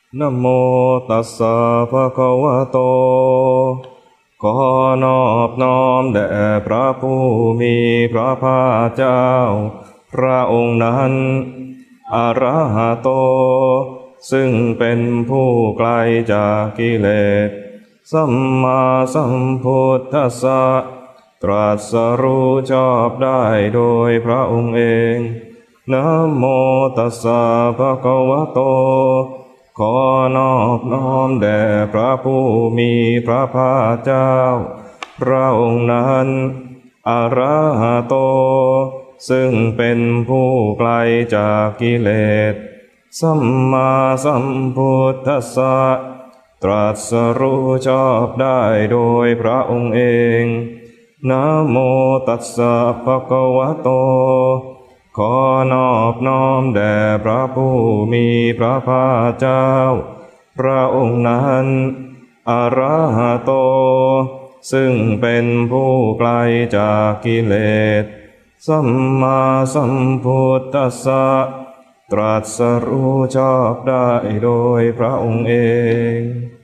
นะโมตัสสะภะคะวะโตขอนอบน้อมแด่พระผู้มีพระภาคเจ้าพระองค์นั้นอรหัตโตซึ่งเป็นผู้ไกลจากกิเลสสัมมาสัมพุทธัสสะตรัสรู้ชอบได้โดยพระองค์เองนะโมตัสสะภะคะวะโตขอนอบน้อมแด่พระผู้มีพระภาคเจ้าพระองค์นั้นอรหัตโตซึ่งเป็นผู้ไกลจากกิเลสสัมมาสัมพุทธัสสะตรัสรู้ชอบได้โดยพระองค์เองนะโมตัสสะภะคะวะโตขอนอบน้อมแด่พระผู้มีพระภาคเจ้าพระองค์นั้นอรหัตโตซึ่งเป็นผู้ไกลจากกิเลสสัมมาสัมพุทธัสสะตรัสรู้ชอบได้โดยพระองค์เอง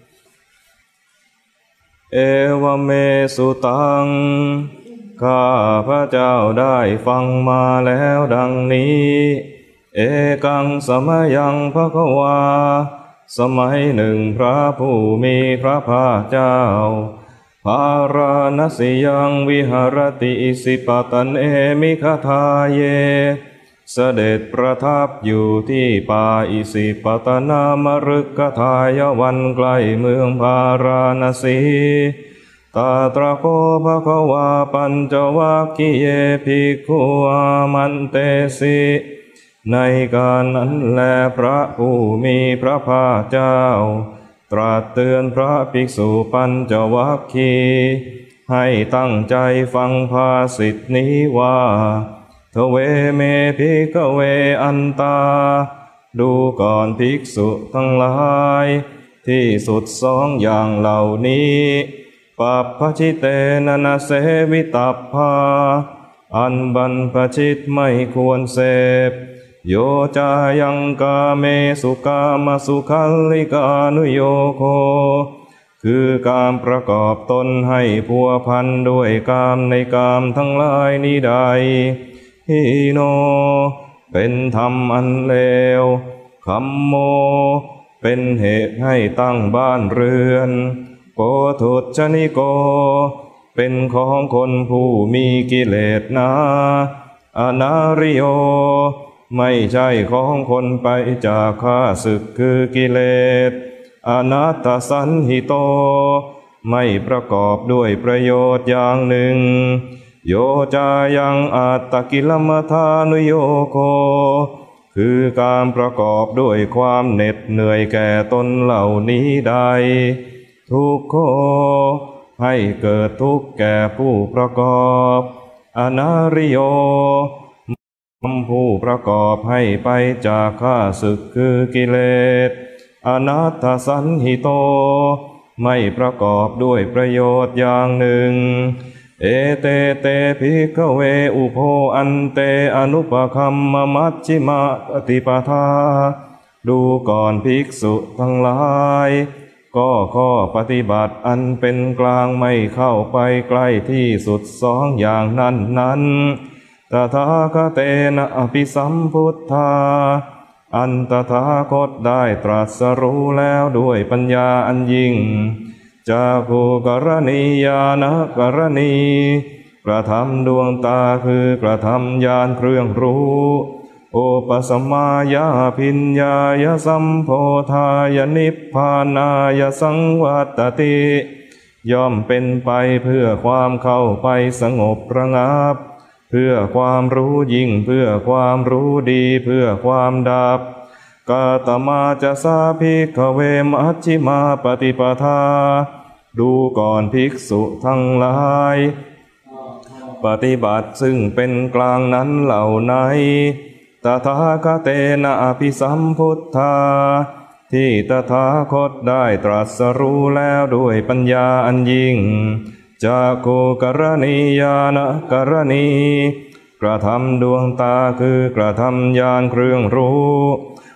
เอวเมสุตังข้าพระเจ้าได้ฟังมาแล้วดังนี้เอกังสมยังภควาสมัยหนึ่งพระผู้มีพระภาคเจ้าพาราณสียังวิหารติสิปตันเอมิคทาเยเสด็จประทับอยู่ที่ป่าอิสิปตนามฤคทายวันใกล้เมืองพาราณสีตาตระโคภควาปัญจวัคคีเยภิกขุอามันเตสิในการนั้นแลพระผู้มีพระภาคเจ้าตรัสเตือนพระภิกษุปัญจวัคคีย์ให้ตั้งใจฟังภาษิตนี้ว่าทเวเมภิกขเวอันตาดูก่อนภิกษุทั้งหลายที่สุดสองอย่างเหล่านี้ปัปปชิเตนะนะเสวิตัพพาอันบรรพชิตไม่ควรเสพโยจายังกาเมสุกามสุขัลลิกานุโยโคคือการประกอบตนให้พัวพันด้วยกามในกามทั้งหลายนี้ใดหิโนเป็นธรรมอันเลวคัมโมเป็นเหตุให้ตั้งบ้านเรือนโกทุจนิโกเป็นของคนผู้มีกิเลสนาอนาริโยไม่ใช่ของคนไปจากข้าศึกคือกิเลสอนัตตสันหิโตไม่ประกอบด้วยประโยชน์อย่างหนึ่งโยจายังอัตตกิลมัฏฐานุโยโคคือการประกอบด้วยความเหน็ดเหนื่อยแก่ตนเหล่านี้ใดทุกโขให้เกิดทุกข์แก่ผู้ประกอบอนาริโยผู้ประกอบให้ไปจากข้าศึกคือกิเลสอนัตตสันหิโตไม่ประกอบด้วยประโยชน์อย่างหนึ่งเอเตเตภิกขเวอุโภอันเตอนุปคัมมมัชฌิมาปฏิปทาดูก่อนภิกษุทั้งหลายก็ข้อปฏิบัติอันเป็นกลางไม่เข้าไปใกล้ที่สุดสองอย่างนั้นตถาคเตนะอภิสัมพุทธาอันตถาคตได้ตรัสรู้แล้วด้วยปัญญาอันยิ่งจากภูกรณียานกรณีกระทำดวงตาคือกระทำญาณเครื่องรู้โอปสัมมายาภิญญายสัมโพธายนิพพานายสังวัตติย่อมเป็นไปเพื่อความเข้าไปสงบระงับเพื่อความรู้ยิ่งเพื่อความรู้ดีเพื่อความดับกาตมาจะสาภิกขเวมัชฌิมาปฏิปทาดูก่อนภิกษุทั้งหลายปฏิบัติซึ่งเป็นกลางนั้นเหล่าไหนตถาคเตนะอภิสัมพุทธาที่ตถาคตได้ตรัสรู้แล้วด้วยปัญญาอันยิ่งจากโกกรณียานกรณีกระทำดวงตาคือกระทำญาณเครื่องรู้โ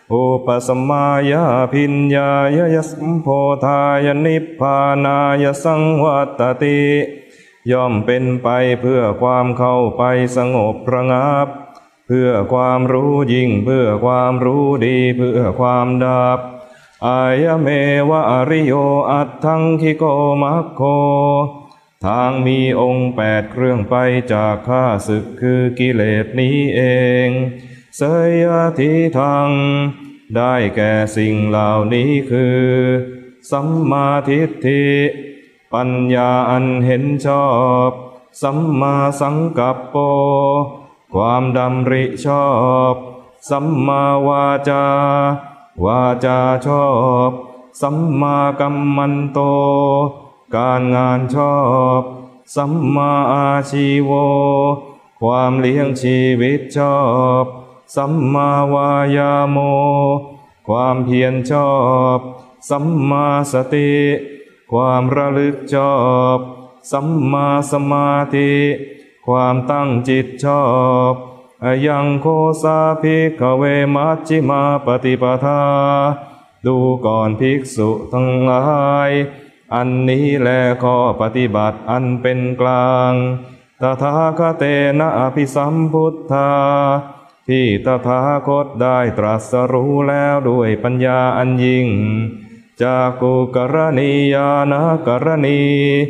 อุปสมายาพิญญายยสัมโพธายนิพพานายสังวัตติย่อมเป็นไปเพื่อความเข้าไปสงบระงับเพื่อความรู้ยิ่งเพื่อความรู้ดีเพื่อความดับอายเมวะอริโยอัตถังคิโกมัคโคทางมีองค์8เครื่องไปจากข้าศึกคือกิเลสนี้เองเสยทิทังได้แก่สิ่งเหล่านี้คือสัมมาทิฏฐิปัญญาอันเห็นชอบสัมมาสังกัปโปความดำริชอบสัมมาวาจาวาจาชอบสัมมากัมมันโตการงานชอบสัมมาอาชีโวความเลี้ยงชีวิตชอบสัมมาวายาโมความเพียรชอบสัมมาสติความระลึกชอบสัมมาสมาธิความตั้งจิตชอบอายังโคสาภิกขเวมัชฌิมาปฏิปทาดูก่อนภิกษุทั้งหลายอันนี้แลข้อปฏิบัติอันเป็นกลางตถาคเตนะอภิสัมพุทธาที่ตถาคตได้ตรัสรู้แล้วด้วยปัญญาอันยิ่งจากกุกรณีญาณกรณี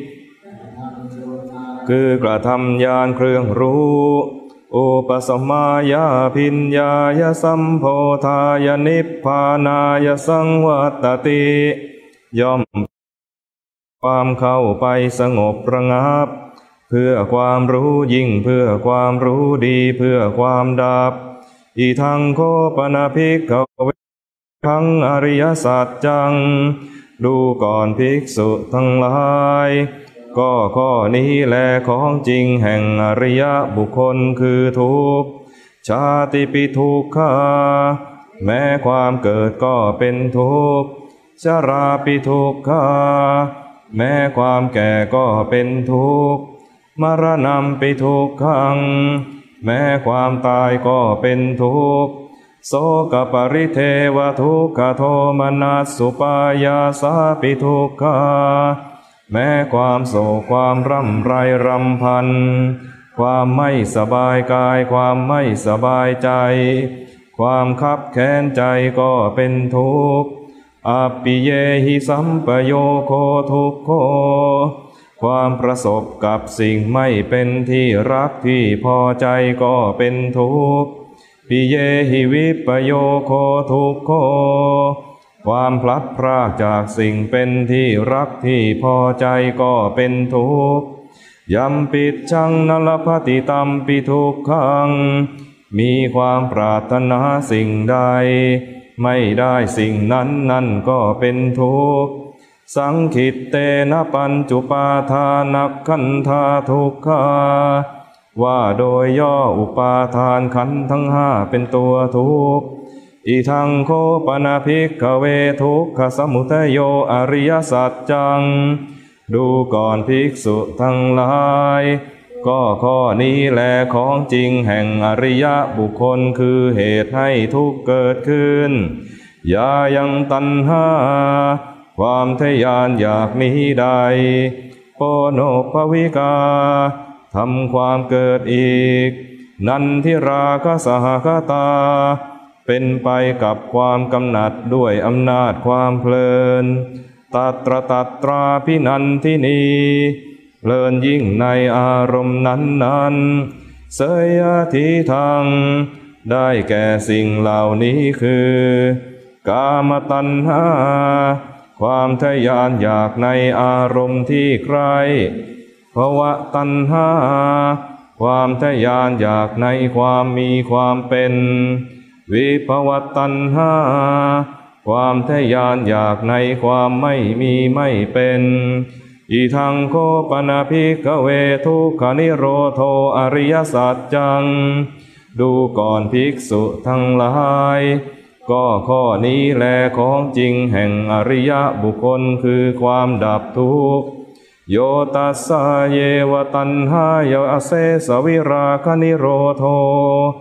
คือกระทำญาณเครื่องรู้อุปสมายาพิญญายสัมโพธายนิพพานายสังวัตติย่อมความเข้าไปสงบระงับเพื่อความรู้ยิ่งเพื่อความรู้ดีเพื่อความดับอีทังโคปนะภิกขเวทังอริยสัจจังดูก่อนภิกษุทั้งหลายก็ข้อนี้แลของจริงแห่งอริยบุคคลคือทุกข์ชาติปิทุกขาแม้ความเกิดก็เป็นทุกข์ชราปิทุกขาแม้ความแก่ก็เป็นทุกข์มรณะปิทุกขังแม้ความตายก็เป็นทุกข์โสกปริเทวทุกขโทมนัสสุปายาสาปิทุกขาแม้ความโศกความร่ำไรรำพันความไม่สบายกายความไม่สบายใจความคับแค้นใจก็เป็นทุกข์อปิเยหิสัมปโยโคทุกโขความประสบกับสิ่งไม่เป็นที่รักที่พอใจก็เป็นทุกข์ปิเยหิวิปโยโคทุกโขความพลัดพรากจากสิ่งเป็นที่รักที่พอใจก็เป็นทุกข์ยัมปิดชังนลภติตัมปิทุกขังมีความปรารถนาสิ่งใดไม่ได้สิ่งนั้นนั่นก็เป็นทุกข์สังขิตเตนะปัญจุปาทานักขันธาทุกขาว่าโดยย่ออุปาทานขันธ์ทั้งห้าเป็นตัวทุกข์อีทังโคปนะภิกขเวทุกขสมุทัยโยอริยสัจจังดูก่อนภิกษุทั้งหลายก็ข้อนี้แลของจริงแห่งอริยบุคคลคือเหตุให้ทุกข์เกิดขึ้นยายังตัณหาความทะยานอยากนี้ใดโปโนภวิกาทำความเกิดอีกนันทิราคะสหคตาเป็นไปกับความกำหนัดด้วยอำนาจความเพลินตัตราพินันทินีเพลินยิ่งในอารมณ์นั้นเสยทิทังได้แก่สิ่งเหล่านี้คือกามตัณหาความทะยานอยากในอารมณ์ที่ใคร่ภวตัณหาความทะยานอยากในความมีความเป็นวิภวตัณหาความทะยานอยากในความไม่มีไม่เป็นอีทังโคปนะภิกขเวทุกขนิโรโธอริยสัจจังดูก่อนภิกษุทั้งหลายก็ข้อนี้แลของจริงแห่งอริยบุคคลคือความดับทุกข์โยตัสสะเยวตัณหายาเสสวิราคนิโรโธ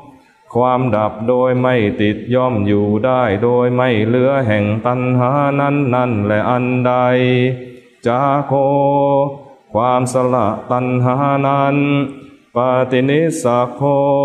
ความดับโดยไม่ติดย่อมอยู่ได้โดยไม่เหลือแห่งตัณหานั้นนั่นแหละอันใดจาโคความสละตัณหานั้นปฏินิสสโค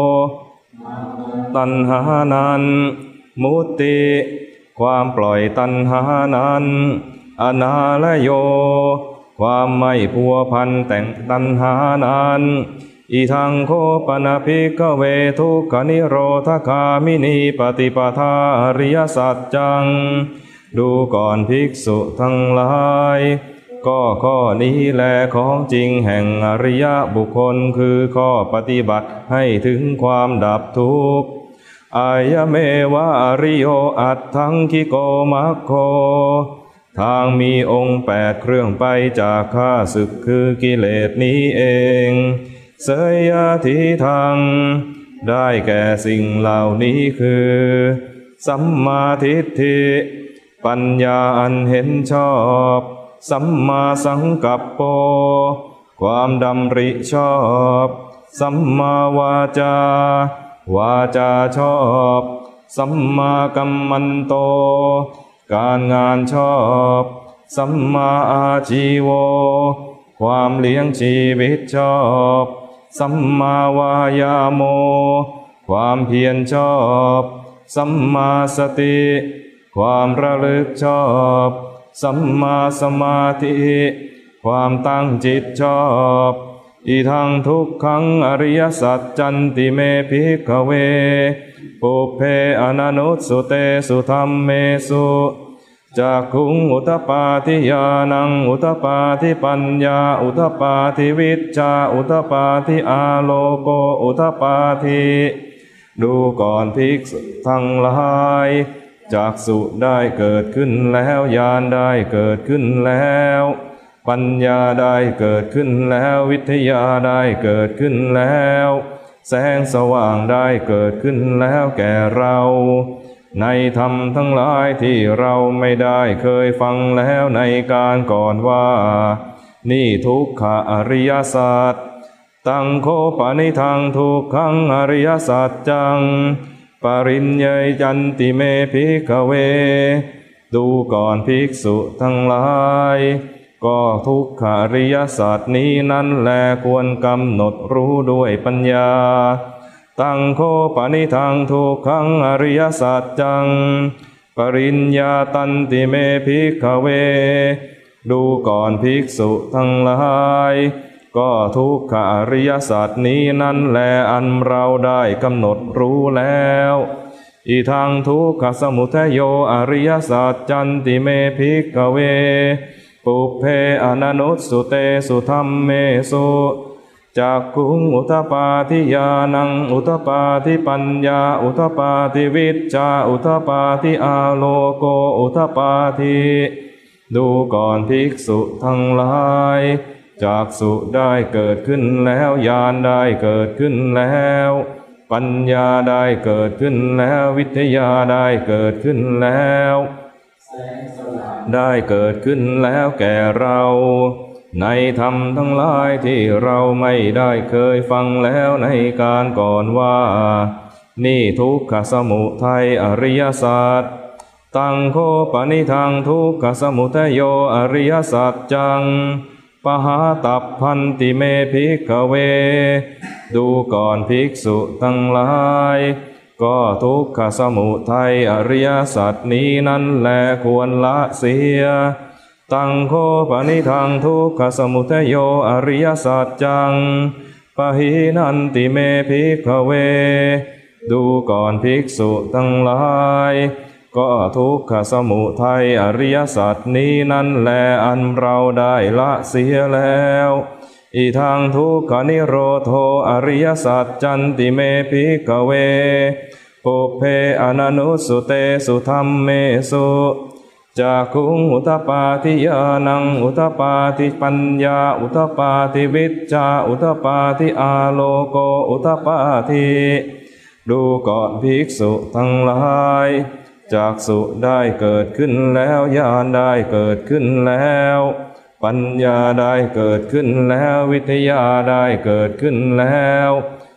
ตัณหานั้นมุตติความปล่อยตัณหานั้นอนาลโยความไม่พัวพันแต่งตัณหานั้นอิทังโคปนะภิกขเวทุกขนิโรธคามินีปฏิปทาอริยสัจจังดูก่อนภิกษุทั้งหลายก็ข้อนี้แลของจริงแห่งอริยบุคคลคือข้อปฏิบัติให้ถึงความดับทุกข์อายเมวะอริโยอัตถังคิโกมัคโคทางมีองค์8เครื่องไปจากข้าศึกคือกิเลสนี้เองเสยยทิทังได้แก่สิ่งเหล่านี้คือสัมมาทิฏฐิปัญญาอันเห็นชอบสัมมาสังกัปโปความดำริชอบสัมมาวาจาวาจาชอบสัมมากัมมันโตการงานชอบสัมมาอาชีโวความเลี้ยงชีวิตชอบสัมมาวายาโมความเพียรชอบสัมมาสติความระลึกชอบสัมมาสมาธิความตั้งจิตชอบอิทังทุกขังอริยสัจจันติเมภิกขเวปุเพอนันุสสุเตสุธัมเมสุจักขุงอุทปาทิญาณังอุทปาทิปัญญาอุทปาทิวิชชาอุทปาทิอาโลโกอุทปาทิดูก่อนภิกษุทั้งหลายจักษุได้เกิดขึ้นแล้วญาณได้เกิดขึ้นแล้วปัญญาได้เกิดขึ้นแล้ววิทยาได้เกิดขึ้นแล้วแสงสว่างได้เกิดขึ้นแล้วแก่เราในธรรมทั้งหลายที่เราไม่ได้เคยฟังแล้วในการก่อนว่านี่ทุกขอริยสัจตังโคปนิทังทุกขังอริยสัจจังปริญญาจันติเมภิกขเวดูก่อนภิกษุทั้งหลายก็ทุกขอริยสัจนี้นั้นแลควรกำหนดรู้ด้วยปัญญาตังโคปนิทังทุกขังอริยสัจจังปริญญาตันติเมภิกขเวดูก่อนภิกษุทั้งหลายก็ทุกขอริยสัจนี้นั้นแลอันเราได้กำหนดรู้แล้วอิทังทุกขสมุทัยโยอริยสัจจันติเมภิกขเวปุเพอนันุสสุเตสุธัมเมสุจักขุงอุทปาทิญาณังอุทปาทิปัญญาอุทปาทิวิชชาอุทปาทิอาโลโกอุทปาทิดูก่อนภิกษุทั้งหลายจักษุได้เกิดขึ้นแล้วญาณได้เกิดขึ้นแล้วปัญญาได้เกิดขึ้นแล้ววิทยาได้เกิดขึ้นแล้วได้เกิดขึ้นแล้วแก่เราในธรรมทั้งหลายที่เราไม่ได้เคยฟังแล้วในการก่อนว่านี่ทุกขสมุทัยอริยสัจตังโคปนิทังทุกขสมุทัยโยอริยสัจจังปหาตัพพันติเมภิกขเวดูก่อนภิกษุทั้งหลายก็ทุกขสมุทัยอริยสัจนี้นั้นแลควรละเสียตังโคปนิทังทุกขสมุทัยโยอริยสัจจังปหินันติเมภิกขเวดูก่อนภิกษุทั้งหลายก็ทุกขสมุทัยอริยสัจนี้นั้นแลอันเราได้ละเสียแล้วอีทางทุกขนิโรโธอริยสัจจันติเมภิกขเวปุเพอนันุสสุเตสุธัมเมสุจักขุงอุทปาทิญาณังอุทปาทิปัญญาอุทปาทิวิชชาอุทปาทิอาโลโกอุทปาทิดูก่อนภิกษุทั้งหลายจักษุได้เกิดขึ้นแล้วญาณได้เกิดขึ้นแล้วปัญญาได้เกิดขึ้นแล้ววิทยาได้เกิดขึ้นแล้ว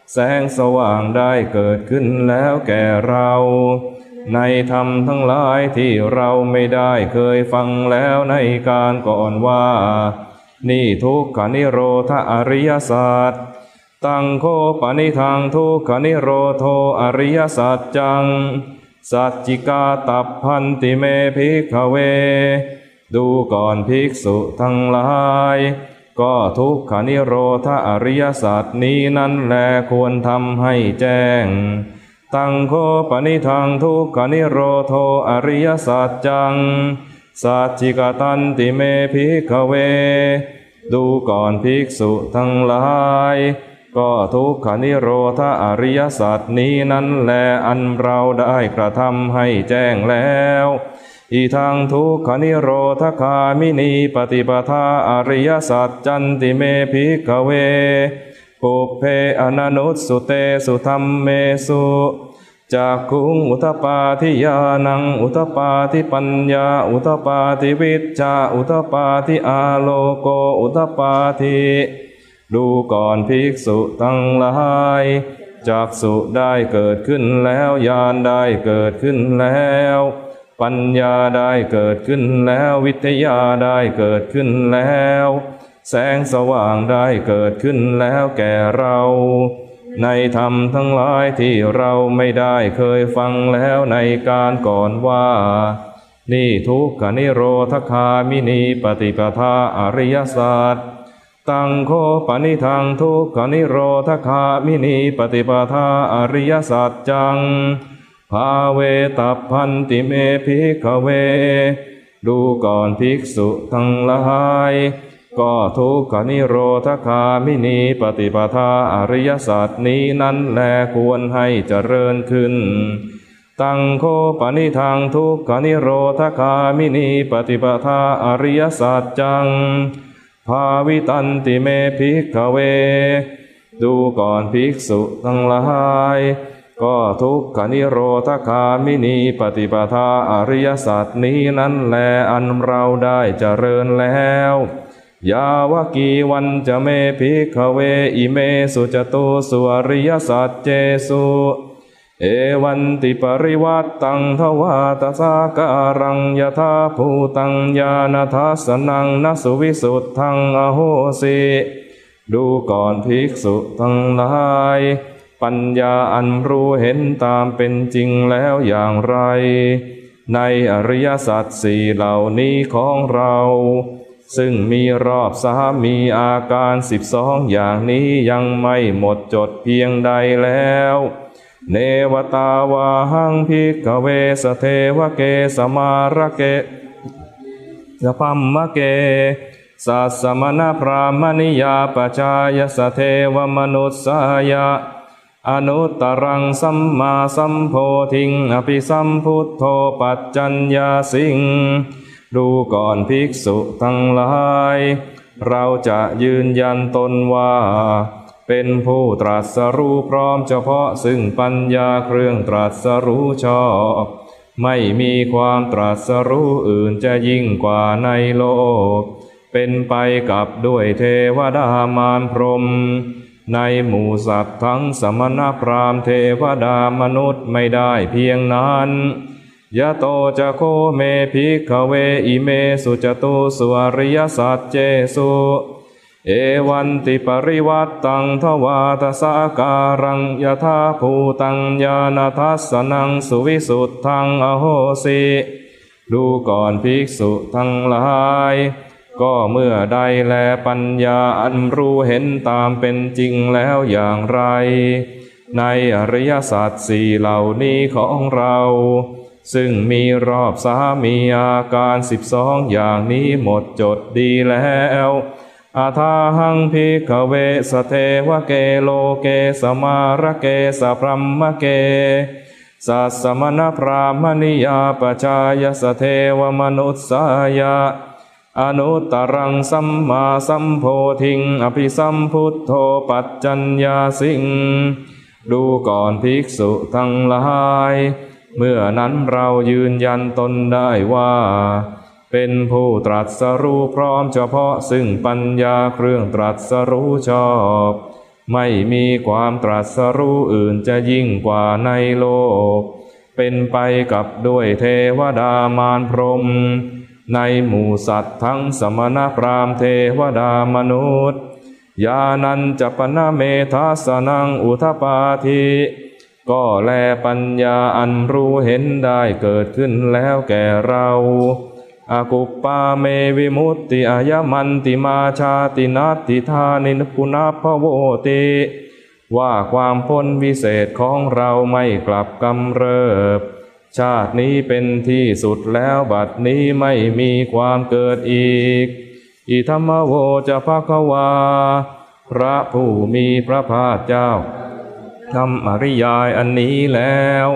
แสงสว่างได้เกิดขึ้นแล้วแก่เราในธรรมทั้งหลายที่เราไม่ได้เคยฟังแล้วในการก่อนว่านี่ทุกขนิโรธอริยสัจตังโคปนิทังทุกขนิโรโธอริยสัจจังสัจจิกาตัพพันติเมภิกขเวดูก่อนภิกษุทั้งหลายก็ทุกขนิโรธอริยสัจนี้นั่นแลควรทำให้แจ้งตังโคปนิทังทุกขนิโรโธอริยสัจจังสัจจิกตันติเมภิกขเวดูก่อนภิกษุทั้งหลายก็ทุกขนิโรธอริยสัจนี้นั้นแลอันเราได้กระทำให้แจ้งแล้วอีทังทุกขนิโรธคามินีปฏิปทาอริยสัจจันติเมภิกขเวปุพเพอนันุสสุเตสุธัมเมสุจากขุงอุทปาทิญาณังอุทปาทิปัญญาอุทปาทิวิชชาอุทปาทิอาโลโกอุทปาทิดูก่อนภิกษุทั้งหลายจักษุได้เกิดขึ้นแล้วญาณได้เกิดขึ้นแล้วปัญญาได้เกิดขึ้นแล้ววิทยาได้เกิดขึ้นแล้วแสงสว่างได้เกิดขึ้นแล้วแก่เราในธรรมทั้งหลายที่เราไม่ได้เคยฟังแล้วในการก่อนว่านี่ทุกขนิโรธคามินีปฏิปทาอริยสัจตังโคปนิทังทุกขนิโรธคามินีปฏิปทาอริยสัจจังภาเวตัพพันติเมภิกขเวดูก่อนภิกษุทั้งหลายก็ทุกขนิโรธคามินีปฏิปทาอริยสัจนี้นั้นแลควรให้เจริญขึ้นตังโคปนิทังทุกขนิโรธคามินีปฏิปทาอริยสัจจังภาวิตันติเมภิกขเวดูก่อนภิกษุทั้งหลายก็ทุกขนิโรธคามินีปฏิปทาอริยสัจนี้นั้นแลอันเราได้เจริญแล้วยาวกีวันจะเมภิกขเวอิเมสุจตุสุอริยสัจเจสุเอวันติปริวัตตังทวาตสาการังยถาภูตังญาณทัสสนังนสุวิสุทธังอโหสิดูก่อนภิกษุทั้งหลายปัญญาอันรู้เห็นตามเป็นจริงแล้วอย่างไรในอริยสัจสี่เหล่านี้ของเราซึ่งมีรอบสามมีอาการ12อย่างนี้ยังไม่หมดจดเพียงใดแล้วเนวตาวาหังภิกขเวสเทวเกสมาระเกสพัมมะเกสัสสมณพรามณิยาปชายสเทวมนุสสายะอนุตตรังสัมมาสัมโพธิงอภิสัมพุทโธปัจจัญญาสิงดูก่อนภิกษุทั้งหลายเราจะยืนยันตนว่าเป็นผู้ตรัสรู้พร้อมเฉพาะซึ่งปัญญาเครื่องตรัสรู้ชอบไม่มีความตรัสรู้อื่นจะยิ่งกว่าในโลกเป็นไปกับด้วยเทวดามารพรหมในหมู่สัตว์ทั้งสมณพราหมณ์เทวดามนุษย์ไม่ได้เพียงนั้นยะโตจะโคเมภิกขเวอิเมสุจตุสุอริยสัจเจสุเอวันติปริวัตตังทวาตสาการังยถาภูตังญาณทัสสนังสุวิสุทธังอโหสิดูก่อนภิกษุทั้งหลายก็เมื่อใดแลปัญญาอันรู้เห็นตามเป็นจริงแล้วอย่างไรในอริยสัจสี่เหล่านี้ของเราซึ่งมีรอบสามมีอาการ12อย่างนี้หมดจดดีแล้วอาทาหังภิกขเวสเทวเกโลเกสมาระเกสพรัมมะเกสัสสมณพรามณิยาปชายสเทวมนุสสายะอนุตตรังสัมมาสัมโพธิงอภิสัมพุทโธปัจจัญญาสิงดูก่อนภิกษุทั้งหลายเมื่อนั้นเรายืนยันตนได้ว่าเป็นผู้ตรัสรู้พร้อมเฉพาะซึ่งปัญญาเครื่องตรัสรู้ชอบไม่มีความตรัสรู้อื่นจะยิ่งกว่าในโลกเป็นไปกับด้วยเทวดามารพรหมในหมู่สัตว์ทั้งสมณพราหมณ์เทวดามนุษย์ญาณัญจปนเมธัสสนังอุทปาทิก็แลปัญญาอันรู้เห็นได้เกิดขึ้นแล้วแก่เราอากุปปาเมวิมุตติอายมันติมาชาตินัตติธานินปุณพโวติว่าความพ้นวิเศษของเราไม่กลับกำเริบชาตินี้เป็นที่สุดแล้วบัดนี้ไม่มีความเกิดอีกอิธัมมโวจะภควาพระผู้มีพระภาคเจ้าทำอริยายอันนี้แล้ว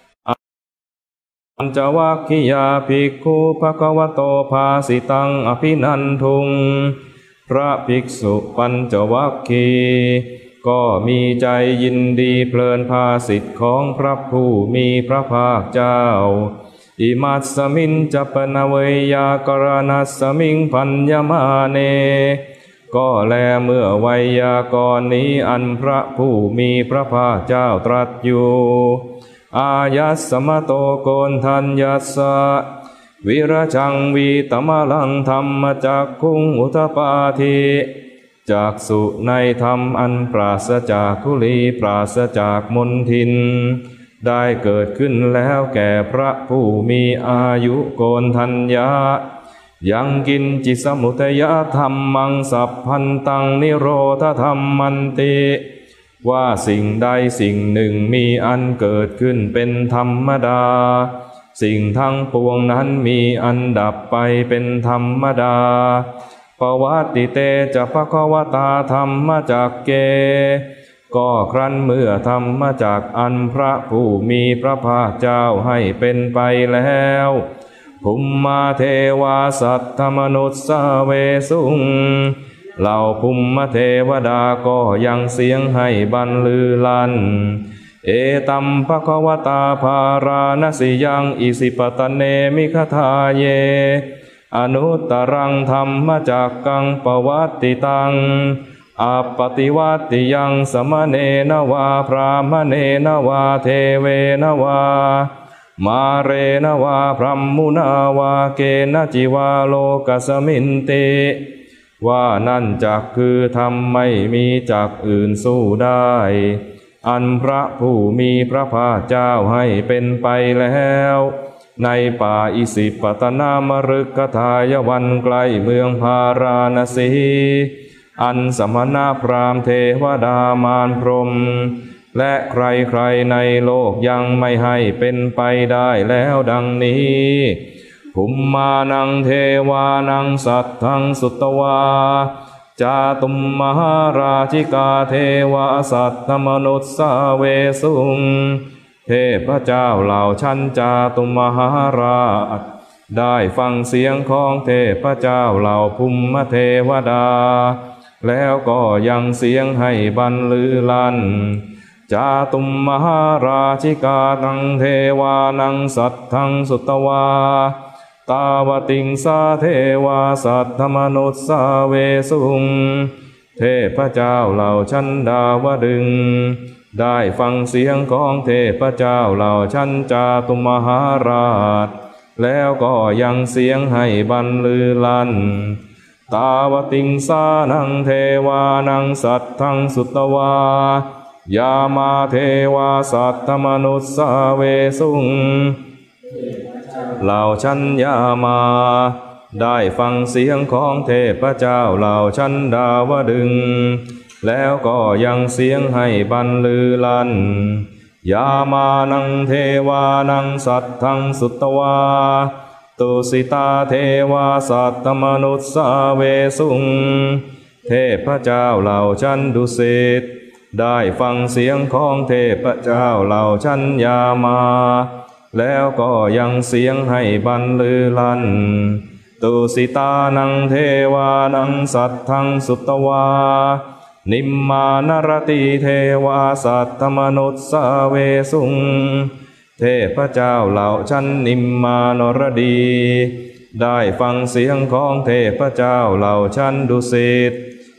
ปัญจวัคคียาภิกขุภควโตภาสิตังอภินันทุงพระภิกษุปัญจวัคคีย์ก็มีใจยินดีเพลินภาสิทธิ์ของพระผู้มีพระภาคเจ้าอิมัสสมินจัปนเวยากรณัสสมิงพัญญมาเนก็แลเมื่อไวยากรณ์นี้อันพระผู้มีพระภาคเจ้าตรัสอยู่อายัสสมโตโกณทัญญัสสะวิรชังวีตมะลังธรรมจักขุงอุทปาทิจักษุในธรรมอันปราศจากทุลีปราศจากมลทินได้เกิดขึ้นแล้วแก่พระผู้มีอายุโกณทัญญายังกินจิสมุทยธรรมังสัพพันตังนิโรธธรรมันติว่าสิ่งใดสิ่งหนึ่งมีอันเกิดขึ้นเป็นธรรมดาสิ่งทั้งปวงนั้นมีอันดับไปเป็นธรรมดาปวัตติเตจะภควตาธรรมจักเกก็ครั้นเมื่อธรรมจักอันพระผู้มีพระภาคเจ้าให้เป็นไปแล้วภูมิมาเทวาสัตถมนุษสเวสุงเหล่าภูมิเทวดาก็ยังเสียงให้บรรลือลั่นเอตัมภควตาภาราณสิยังอิสิปตเนมิคทาเยอนุตตรังธรรมจักกังปวัตติตังอัปปติวัตติยังสมเนนวาพรามเนนวาเทเวนวามาเรนวาพรัมมุนาวาเกณจิวาโลกสมินติว่านั่นจักคือธรรมไม่มีจักอื่นสู้ได้อันพระผู้มีพระภาคเจ้าให้เป็นไปแล้วในป่าอิสิปตนามฤคทายวันไกลเมืองพาราณสีอันสมณพราหมณ์เทวดามารพรหมและใครๆในโลกยังไม่ให้เป็นไปได้แล้วดังนี้ภูมิมานังเทวานังสัตถังสุตวาจาตุมมหาราชิกาเทวาสัตถมนุษสเวสุงเทพเจ้าเหล่าชั้นจาตุมหาราชได้ฟังเสียงของเทพเจ้าเหล่าภูมิเทวดาแล้วก็ยังเสียงให้บรรลือลั่นจาตุมมหาราชิกานังเทวานังสัตถังสุตวาตาวติงสาเทวาสัตถมนุษสเวสุงเทพเจ้าเหล่าชั้นดาวดึงได้ฟังเสียงของเทพเจ้าเหล่าชั้นจาตุมหาราชแล้วก็ยังเสียงให้บรรลือลั่นตาวติงสานังเทวานังสัตถังสุตวายามาเทวาสัตถมนุษสเวสุงเหล่าชั้นยามาได้ฟังเสียงของเทพเจ้าเหล่าชั้นดาวดึงแล้วก็ยังเสียงให้บรรลือลั่นยามานังเทวานังสัตถังสุตวาตุสิตาเทวาสัตถมนุษสเวสุงเทพเจ้าเหล่าชั้นดุสิตได้ฟังเสียงของเทพเจ้าเหล่าชั้นยามาแล้วก็ยังเสียงให้บรรลือลั่นตุสิตานังเทวานังสัตถังสุตวานิมมานรติเทวาสัตถมนุษสเวสุงเทพเจ้าเหล่าชั้นนิมมานรดีได้ฟังเสียงของเทพเจ้าเหล่าชั้นดุสิต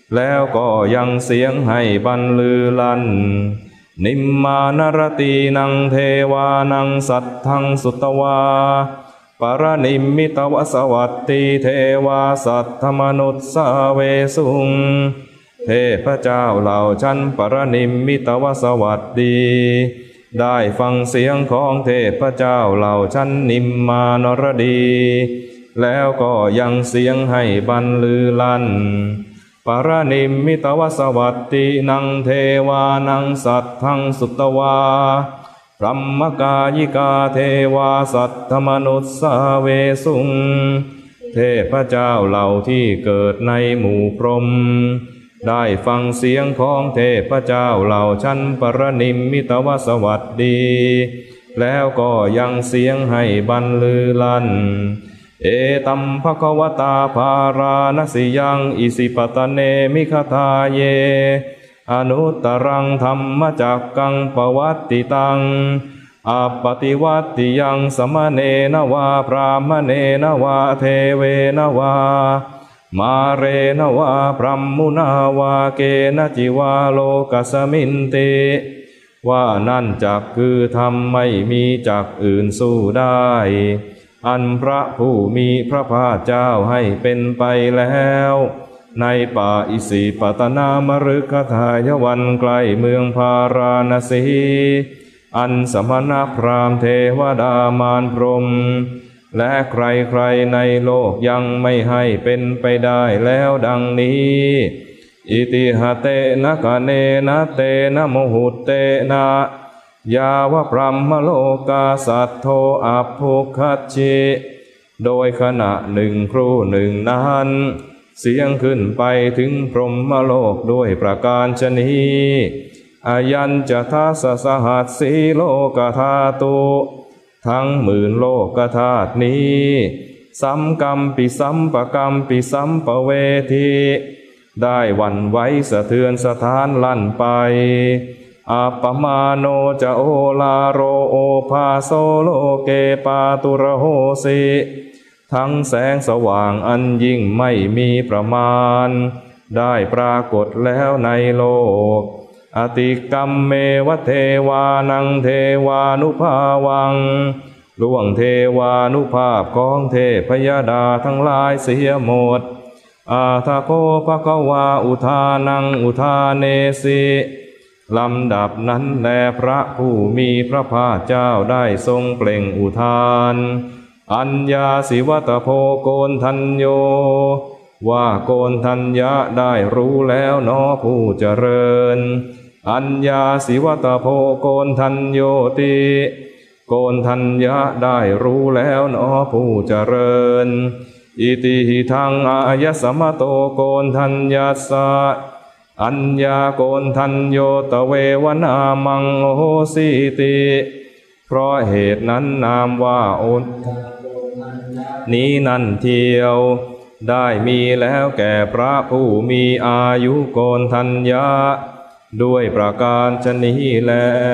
แล้วก็ยังเสียงให้บรรลือลั่นนิมมานรตีนังเทวานังสัทธังสุตวาปรนิมมิตวสวัตติเทวาสัทธมนุษสาเวสุงเทพเจ้าเหล่าชั้นปรนิมมิตวสวัสดีได้ฟังเสียงของเทพเจ้าเหล่าชั้นนิมมานรดีแล้วก็ยังเสียงให้บรรลือลั่นปรนิมมิตวสวัตตินังเทวานังสัทธังสุตวาพรัมมกายิกาเทวาสัทธมนุษสาเวสุงเทพเจ้าเหล่าที่เกิดในหมู่พรหมได้ฟังเสียงของเทพเจ้าเหล่าชั้นปรนิมมิตวสวัสดีแล้วก็ยังเสียงให้บรรลือลั่นเอตัมภควตาภารานสิยังอิสิปตเนมิคทาเยอนุตตรังธรรมจักกังปวัตติตังอปฏิวัติยังสมเนนวาพรามเนนวาเทเวนวามาเรนวาพรัมมุนาวาเกณจิวาโลกัสมินเตว่านั่นจักคือธรรมไม่มีจักอื่นสู้ได้อันพระผู้มีพระภาคเจ้าให้เป็นไปแล้วในป่าอิสิปตนามฤคทายวันใกล้เมืองพาราณสีอันสมณพราหมณ์เทวดามารพรหมและใครๆในโลกยังไม่ให้เป็นไปได้แล้วดังนี้อิติหะเตนะกะเนนะเตนะโมหุเตนะยาวะพรัมมโลกาสัทโธอัพพุคัจฉิโดยขณะหนึ่งครู่หนึ่งนั้นเสียงขึ้นไปถึงพรหมโลกด้วยประการชนีอายัญจะทัสสหัสสีโลกธาตุทั้งหมื่นโลกธาตุนี้สัมกัมปิสัมปกัมปิสัมปเวทีได้หวั่นไหวสะเทือนสถานลั่นไปอัปปมาโนจะโอลาโรโอภาโซโลเกปาตุระโหสิทั้งแสงสว่างอันยิ่งไม่มีประมาณได้ปรากฏแล้วในโลกอติกัมเมวะเทวานังเทวานุภาวังล่วงเทวานุภาพของเทพยดาทั้งหลายเสียหมดอาทาโคภควาอุทานังอุทาเนสิลำดับนั้นแลพระผู้มีพระภาคเจ้าได้ทรงเปล่งอุทานอัญญาสิวัตโพโกณทัญโยว่าโกณทัญญะได้รู้แล้วเนอผู้เจริญอัญญาสิวัตโพโกณทัญโยติโกณทัญญะได้รู้แล้วเนอผู้เจริญอิติหิทังอายสมโตโกณทัญญาสะอัญญาโกณทัญโยตเววนามังโอโหสิติเพราะเหตุนั้นนามว่าโอนนี้นั่นเทียวได้มีแล้วแก่พระผู้มีอายุโกณทัญญะด้วยประการชนี้แล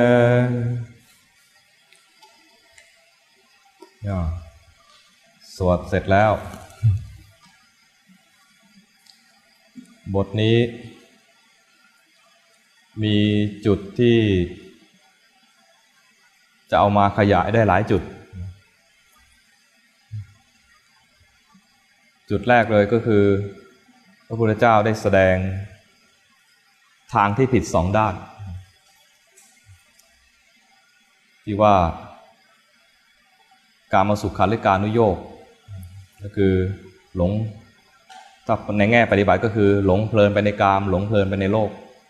สวดเสร็จแล้วบทนี้มีจุดที่จะเอามาขยายได้หลายจุดจุดแรกเลยก็คือพระพุทธเจ้าได้แสดงทางที่ผิดสองด้านที่ว่ากามสุขาริการุโยคก็คือหลงถ้าในแง่ปฏิบัติก็คือหลงเพลินไปในกามหลงเพลินไปในโลก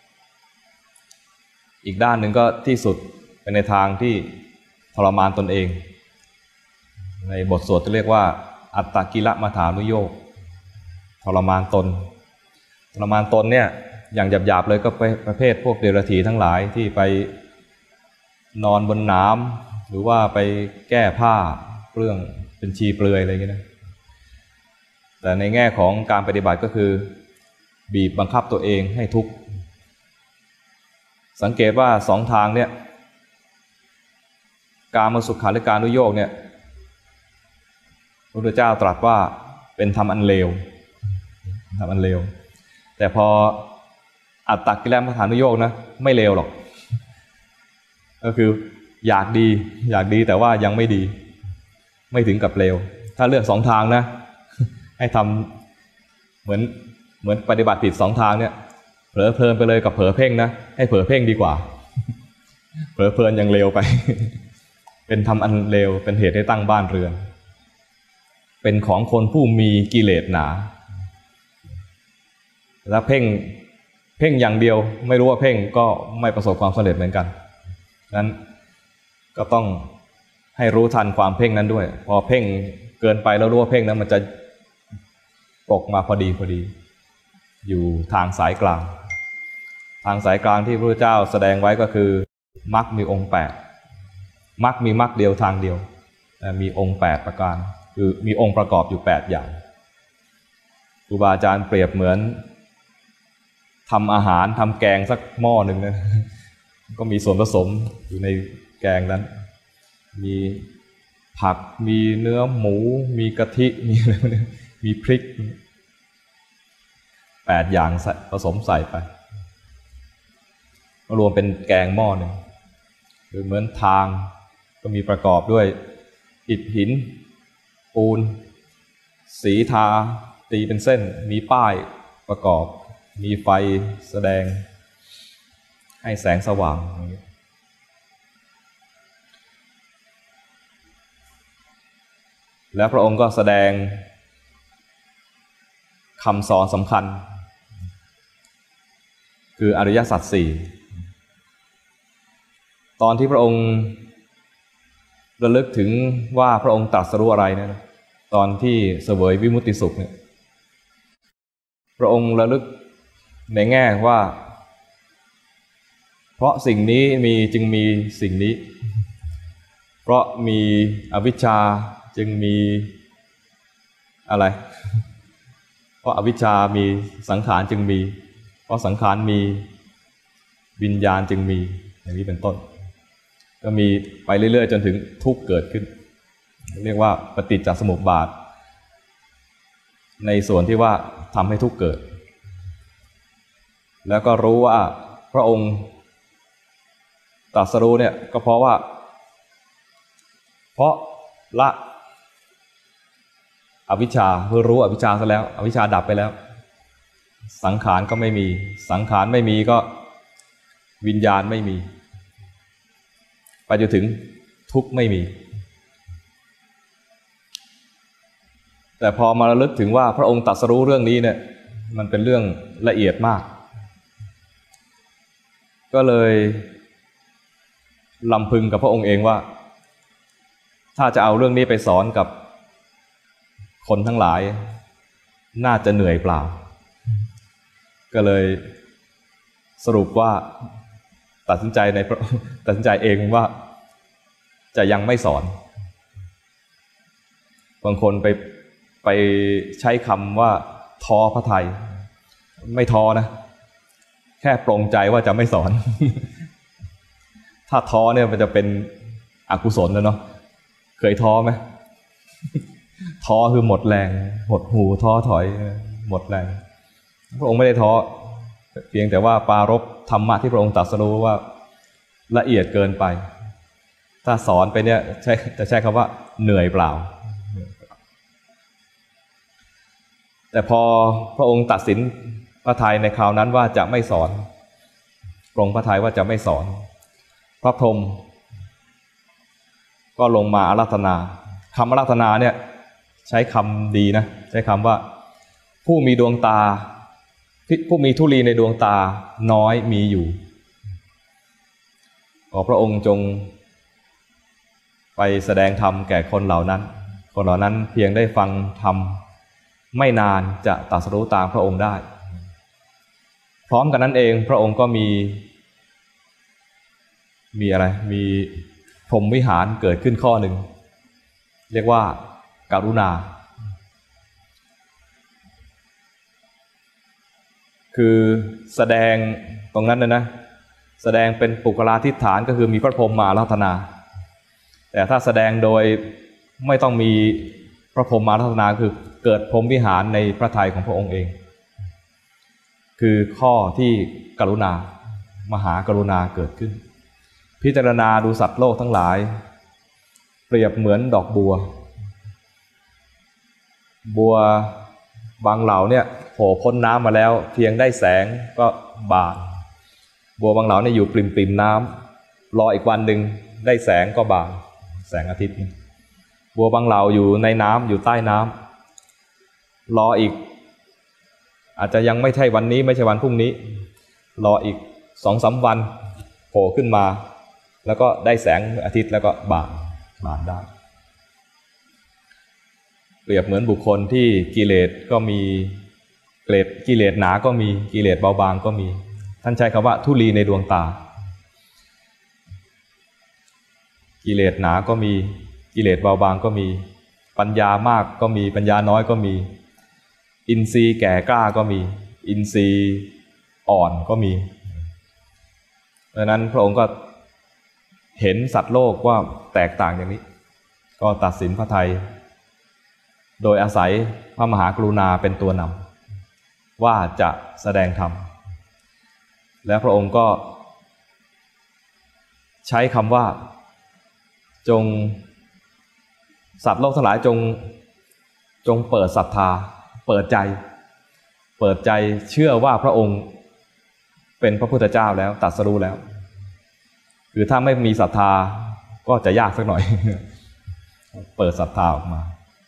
อีกด้านหนึ่งก็ที่สุดเป็นในทางที่ทรมานตนเองในบทสวดที่เรียกว่าอัตตกิลมัฏฐานุโยคทรมานตนเนี่ยอย่างหยาบๆเลยก็ประเภทพวกเดรัจฉีทั้งหลายที่ไปนอนบนน้ำหรือว่าไปแก้ผ้าเปลื้องเป็นชีเปลือยอะไรอย่างเงี้ยนะแต่ในแง่ของการปฏิบัติก็คือบีบบังคับตัวเองให้ทุกข์สังเกตว่าสองทางเนี่ยกามสุขาริการุโยคเนี่ยพระพุทธเจ้าตรัสว่าเป็นธรรมอันเลวแต่พออัตตกิลมัฏฐานุโยคนะไม่เลวหรอกก็คืออยากดีแต่ว่ายังไม่ดีไม่ถึงกับเลวถ้าเลือกสองทางนะให้ทำเหมือนปฏิบัติผิดสองทางเนี่ยเผลอเพลินไปเลยกับเผลอเพ่งนะให้เผลอเพ่งดีกว่าเผลอเพลินยังเลวไปเป็นทำอันเลวเป็นเหตุให้ตั้งบ้านเรือนเป็นของคนผู้มีกิเลสหนาแล้วเพ่งอย่างเดียวไม่รู้ว่าเพ่งก็ไม่ประสบความสำเร็จเหมือนกันนั้นก็ต้องให้รู้ทันความเพ่งนั้นด้วยพอเพ่งเกินไปแล้วรู้ว่าเพ่งนั้นมันจะตกมาพอดีอยู่ทางสายกลางที่พระพุทธเจ้าแสดงไว้ก็คือมรรคมีองค์8มรรคมีมรรคเดียวทางเดียวแต่มีองค์8ประการคือมีองค์ประกอบอยู่8อย่างครูบาอาจารย์เปรียบเหมือนทำอาหารทำแกงสักหม้อหนึ่งนะก็มีส่วนผสมอยู่ในแกงนั้นมีผักมีเนื้อหมูมีกะทิมีอะไรเนี่ยมีพริก8อย่างผสมใส่ไปรวมเป็นแกงหม้อหนึ่งคือเหมือนทางก็มีประกอบด้วยอิฐหินปูนสีทาตีเป็นเส้นมีป้ายประกอบมีไฟแสดงให้แสงสว่างแล้วพระองค์ก็แสดงคำสอนสำคัญคืออริยสัจสี่ตอนที่พระองค์ระลึกถึงว่าพระองค์ตรัสรู้อะไรเนี่ยตอนที่เสวยวิมุตติสุขเนี่ยพระองค์ระลึกในแง่ว่าเพราะสิ่งนี้มีจึงมีสิ่งนี้เพราะมีอวิชชาจึงมีอะไรเพราะอวิชชามีสังขารจึงมีเพราะสังขารมีวิญญาณจึงมีอย่างนี้เป็นต้นก็มีไปเรื่อยๆจนถึงทุกข์เกิดขึ้นเรียกว่าปฏิจจสมุปบาทในส่วนที่ว่าทำให้ทุกข์เกิดแล้วก็รู้ว่าพระองค์ตรัสรู้เนี่ยก็เพราะละอวิชชาเพื่อรู้อวิชชาซะแล้วอวิชชาดับไปแล้วสังขารก็ไม่มีสังขารไม่มีก็วิญญาณไม่มีไปจนถึงทุกข์ไม่มีแต่พอมาระลึกถึงว่าพระองค์ตรัสรู้เรื่องนี้เนี่ยมันเป็นเรื่องละเอียดมากก็เลยลำพึงกับพระองค์เองว่าถ้าจะเอาเรื่องนี้ไปสอนกับคนทั้งหลายน่าจะเหนื่อยเปล่าก็เลยสรุปว่าตัดสินใจเองว่าจะยังไม่สอนบางคนไปใช้คำว่าท้อพระทัยไม่ท้อนะแค่ปรงใจว่าจะไม่สอนถ้าท้อเนี่ยมันจะเป็นอกุศลแล้วเนาะเคยท้อไหมท้อคือหมดแรงหดหู่ท้อถอยหมดแรงพระองค์ไม่ได้ท้อเพียงแต่ว่าปรารภธรรมะที่พระองค์ตรัสรู้ว่าละเอียดเกินไปถ้าสอนไปเนี่ยจะใช้คำว่าเหนื่อยเปล่าแต่พอพระองค์ตัดสินพระทัยในคราวนั้นว่าจะไม่สอนปรงพระทัยว่าจะไม่สอนพระพรหมก็ลงมาอาราธนาคำอาราธนาเนี่ยใช้คำดีนะใช้คำว่าผู้มีดวงตาผู้มีธุลีในดวงตาน้อยมีอยู่ขอพระองค์จงไปแสดงธรรมแก่คนเหล่านั้นเพียงได้ฟังธรรมไม่นานจะตรัสรู้ตามพระองค์ได้พร้อมกันนั้นเองพระองค์ก็มีอะไรมีพรหมวิหารเกิดขึ้นข้อหนึ่งเรียกว่าการุณาคือแสดงตรงนั้นนะแสดงเป็นปุคลาธิฐานก็คือมีพระพรหมมาอาราธนาแต่ถ้าแสดงโดยไม่ต้องมีพระพรหมมาอาราธนาคือเกิดพรหมวิหารในพระทัยของพระองค์เองคือข้อที่กรุณามหากรุณาเกิดขึ้นพิจารณาดูสัตว์โลกทั้งหลายเปรียบเหมือนดอกบัวบางเหล่าเนี่ยโผล่พ้นน้ำมาแล้วเพียงได้แสงก็บานบัวบางเหล่าเนี่ยอยู่ปริ่มน้ำรออีกวันหนึ่งได้แสงก็บานแสงอาทิตย์บัวบางเหล่าอยู่ในน้ำอยู่ใต้น้ำรออีกอาจจะยังไม่ใช่วันนี้ไม่ใช่วันพรุ่งนี้รออีก 2-3 วันโผล่ขึ้นมาแล้วก็ได้แสงอาทิตย์แล้วก็บานได้เปรียบเหมือนบุคคลที่กิเลสก็มีกิเลสหนาก็มีกิเลสเบาบางก็มีท่านใช้คำว่าธุลีในดวงตากิเลสหนาก็มีกิเลสเบาบางก็มีปัญญามากก็มีปัญญาน้อยก็มีอินทรีย์แก่กล้าก็มีอินทรีย์อ่อนก็มีดังนั้นพระองค์ก็เห็นสัตว์โลกว่าแตกต่างอย่างนี้ก็ตัดสินพระทัยโดยอาศัยพระมหากรุณาเป็นตัวนำว่าจะแสดงธรรมและพระองค์ก็ใช้คำว่าจงสัตว์โลกทั้งหลายจงเปิดศรัทธาเปิดใจเชื่อว่าพระองค์เป็นพระพุทธเจ้าแล้วตรัสรู้แล้วคือถ้าไม่มีศรัทธาก็จะยากสักหน่อย เปิดศรัทธาออกมา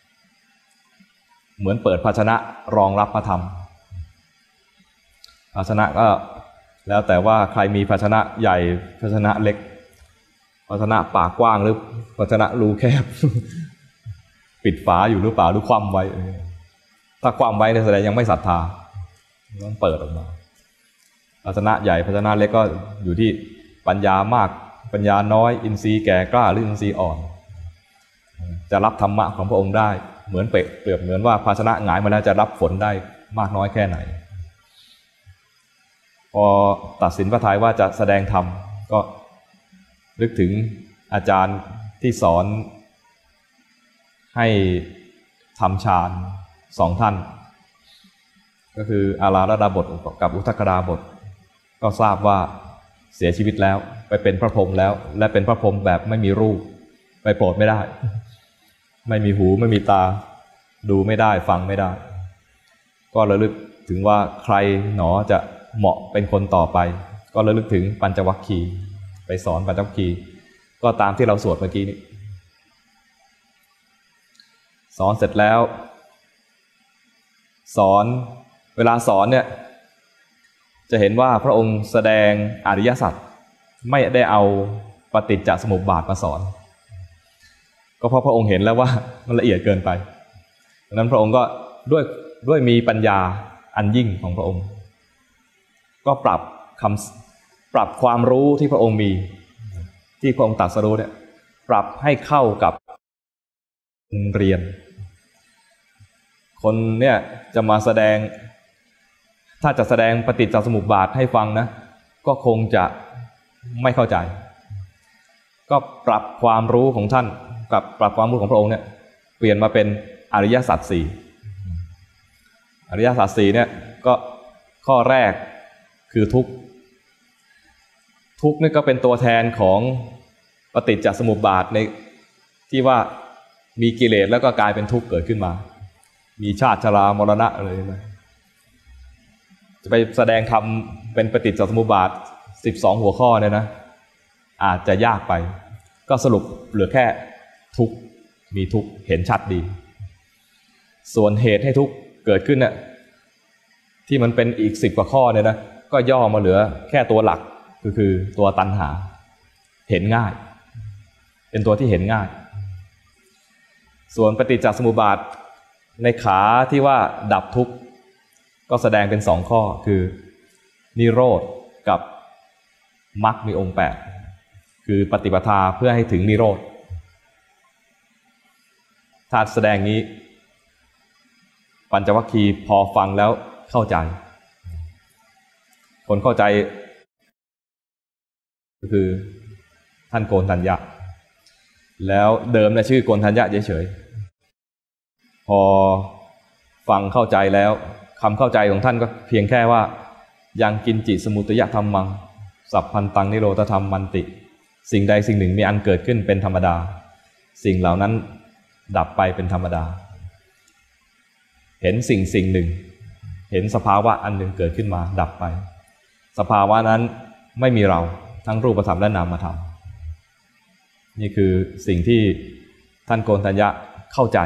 เหมือนเปิดภาชนะรองรับพระธรรมภาชนะก็แล้วแต่ว่าใครมีภาชนะใหญ่ภาชนะเล็กภาชนะปากกว้างหรือภาชนะรูแคบ ปิดฝาอยู่หรือเปล่าหรือคว่ำไว้ถ้าคว่ำไว้เนี่ยแสดงยังไม่ศรัทธาต้องเปิดออกมาภาชนะใหญ่ภาชนะเล็กก็อยู่ที่ปัญญามากปัญญาน้อยอินทรีย์แก่กล้าหรืออินทรีย์อ่อนจะรับธรรมะของพระองค์ได้เหมือนเปรียบเหมือนว่าภาชนะหงายมาแล้วจะรับฝนได้มากน้อยแค่ไหนพอตัดสินพระทัยว่าจะแสดงธรรมก็นึกถึงอาจารย์ที่สอนให้ทำฌาน2 ท่านก็คืออาราธดาบทกับอุทกดาบทก็ทราบว่าเสียชีวิตแล้วไปเป็นพระพรหมแล้วและเป็นพระพรหมแบบไม่มีรูปไปโปรดไม่ได้ไม่มีหูไม่มีตาดูไม่ได้ฟังไม่ได้ก็ระลึกถึงว่าใครหนอจะเหมาะเป็นคนต่อไปก็ระลึกถึงปัญจวัคคีย์ไปสอนปัญจวัคคีย์ก็ตามที่เราสวดเมื่อกี้นี้สอนเสร็จแล้วเวลาสอนเนี่ยจะเห็นว่าพระองค์แสดงอริยสัจไม่ได้เอาปฏิจจสมุปบาทมาสอนก็เพราะพระองค์เห็นแล้วว่ามันละเอียดเกินไปดังนั้นพระองค์ก็ด้วยมีปัญญาอันยิ่งของพระองค์ก็ปรับความรู้ที่พระองค์มีที่พระองค์ตรัสรู้เนี่ยปรับให้เข้ากับเรียนคนเนี่ยจะมาแสดงถ้าจะแสดงปฏิจจสมุปบาทให้ฟังนะก็คงจะไม่เข้าใจก็ปรับความรู้ของท่านกับปรับความรู้ของพระองค์เนี่ยเปลี่ยนมาเป็นอริยสัจสี่อริยสัจสี่เนี่ยก็ข้อแรกคือทุกข์นี่ก็เป็นตัวแทนของปฏิจจสมุปบาทในที่ว่ามีกิเลสแล้วก็กลายเป็นทุกข์เกิดขึ้นมามีชาติชรามรณะอะไรนะจะไปแสดงธรรมเป็นปฏิจจสมุปบาท12 หัวข้อเนี่ยนะอาจจะยากไปก็สรุปเหลือแค่ทุกข์มีทุกข์เห็นชัดดีส่วนเหตุให้ทุกข์เกิดขึ้นเนี่ยที่มันเป็นอีก10 กว่าข้อเนี่ยนะก็ย่อมาเหลือแค่ตัวหลักคือตัวตัณหาเห็นง่ายเป็นตัวที่เห็นง่ายส่วนปฏิจจสมุปบาทในขาที่ว่าดับทุกข์ก็แสดงเป็น2 ข้อคือนิโรธกับมรรคมีองค์8คือปฏิปทาเพื่อให้ถึงนิโรธถ้าแสดงนี้ปัญจวัคคีย์พอฟังแล้วเข้าใจคนเข้าใจก็คือท่านโกณฑัญญะแล้วเดิมเนี่ยชื่อโกณฑัญญะเฉยๆพอฟังเข้าใจแล้วคำเข้าใจของท่านก็เพียงแค่ว่ายังกินจิสมุตยธรรมังสัพพันตังนิโรธธรรมมันติสิ่งใดสิ่งหนึ่งมีอันเกิดขึ้นเป็นธรรมดาสิ่งเหล่านั้นดับไปเป็นธรรมดาเห็นสิ่งหนึ่งเห็นสภาวะอันหนึ่งเกิดขึ้นมาดับไปสภาวะนั้นไม่มีเราทั้งรูปธรรมและนามธรรมนี่คือสิ่งที่ท่านโกณฑัญญะเข้าใจ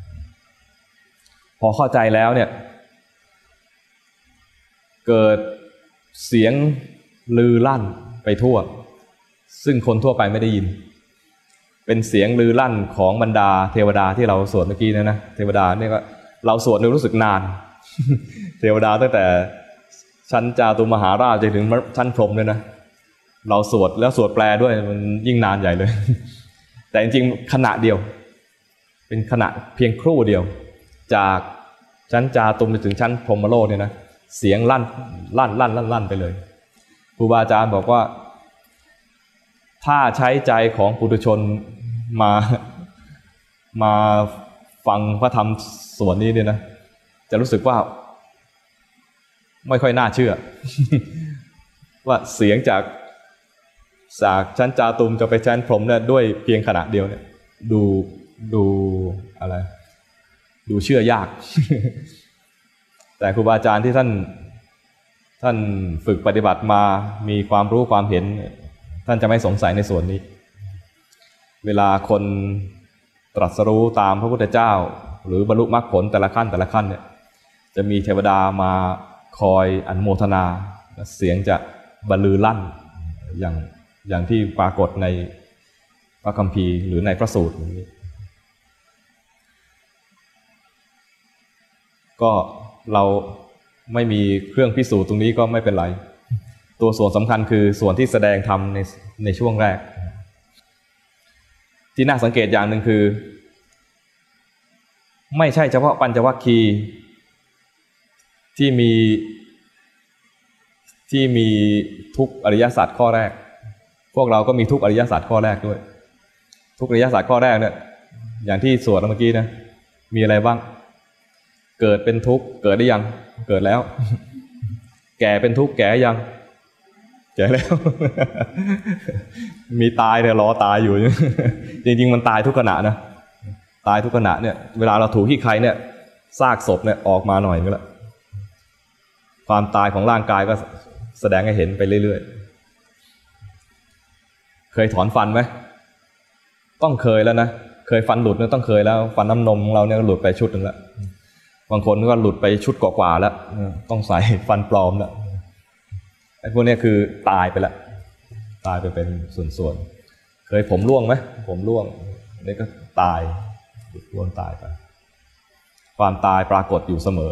พอเข้าใจแล้วเนี่ยเกิดเสียงลือลั่นไปทั่วซึ่งคนทั่วไปไม่ได้ยินเป็นเสียงลือลั่นของบรรดาเทวดาที่เราสวดเมื่อกี้นะเทวดาเนี่ยก็เราสวดรู้สึกนาน เทวดาตั้งแต่ชั้นจาตุมหาราชจนถึงชั้นพรหมเลยนะเราสวดแล้วสวดแปลด้วยมันยิ่งนานใหญ่เลย แต่จริงๆขณะเดียวเป็นขณะเพียงครู่เดียวจากชั้นจาตุมไปถึงชั้นพรหมโลกเนี่ยนะเสียงลั่นไปเลยครูบาอาจารย์บอกว่าถ้าใช้ใจของปุถุชนมาฟังพระธรรมส่วนนี้เนี่ยนะจะรู้สึกว่าไม่ค่อยน่าเชื่อ ว่าเสียงจากชั้นจาตุมจะไปชั้นพรหมเนี่ยด้วยเพียงขณะเดียวเนี่ยดูอะไรดูเชื่อยาก แต่ครูบาอาจารย์ที่ท่านฝึกปฏิบัติมามีความรู้ความเห็นท่านจะไม่สงสัยในส่วนนี้เวลาคนตรัสรู้ตามพระพุทธเจ้าหรือบรรลุมรรคผลแต่ละขั้นเนี่ยจะมีเทวดามาคอยอนุโมทนาเสียงจะบรรลือลั่นอย่างที่ปรากฏในพระคัมภีร์หรือในพระสูตรนี้ก็เราไม่มีเครื่องพิสูจน์ตรงนี้ก็ไม่เป็นไรตัวส่วนสำคัญคือส่วนที่แสดงธรรมในช่วงแรกที่น่าสังเกตอย่างหนึ่งคือไม่ใช่เฉพาะปัญจวัคคีย์ที่มีทุกอริยสัจข้อแรกพวกเราก็มีทุกอริยสัจข้อแรกด้วยทุกอริยสัจข้อแรกเนี่ยอย่างที่สวดเมื่อกี้นะมีอะไรบ้างเกิดเป็นทุกข์เกิดได้ยังเกิดแล้วแก่เป็นทุกข์แก่ยังแก่แล้ว มีตายเนี่ยรอตายอยู่ จริงๆมันตายทุกขณะนะตายทุกขณะเนี่ยเวลาเราถูขี้ใครเนี่ยซากศพเนี่ยออกมาหน่อยนึงละความตายของร่างกายก็แสดงให้เห็นไปเรื่อยๆเคยถอนฟันไหมต้องเคยแล้วนะเคยฟันหลุดเนี่ยต้องเคยแล้วฟันน้ำนมของเราเนี่ยหลุดไปชุดนึงแล้วบางคนก็หลุดไปชุดกว่าๆแล้วต้องใส่ฟันปลอมแล้วไอ้พวกนี้คือตายไปแล้วตายไปเป็นส่วนๆเคยผมร่วงไหมผมร่วงนี่ก็ตายร่วงตายไปความตายปรากฏอยู่เสมอ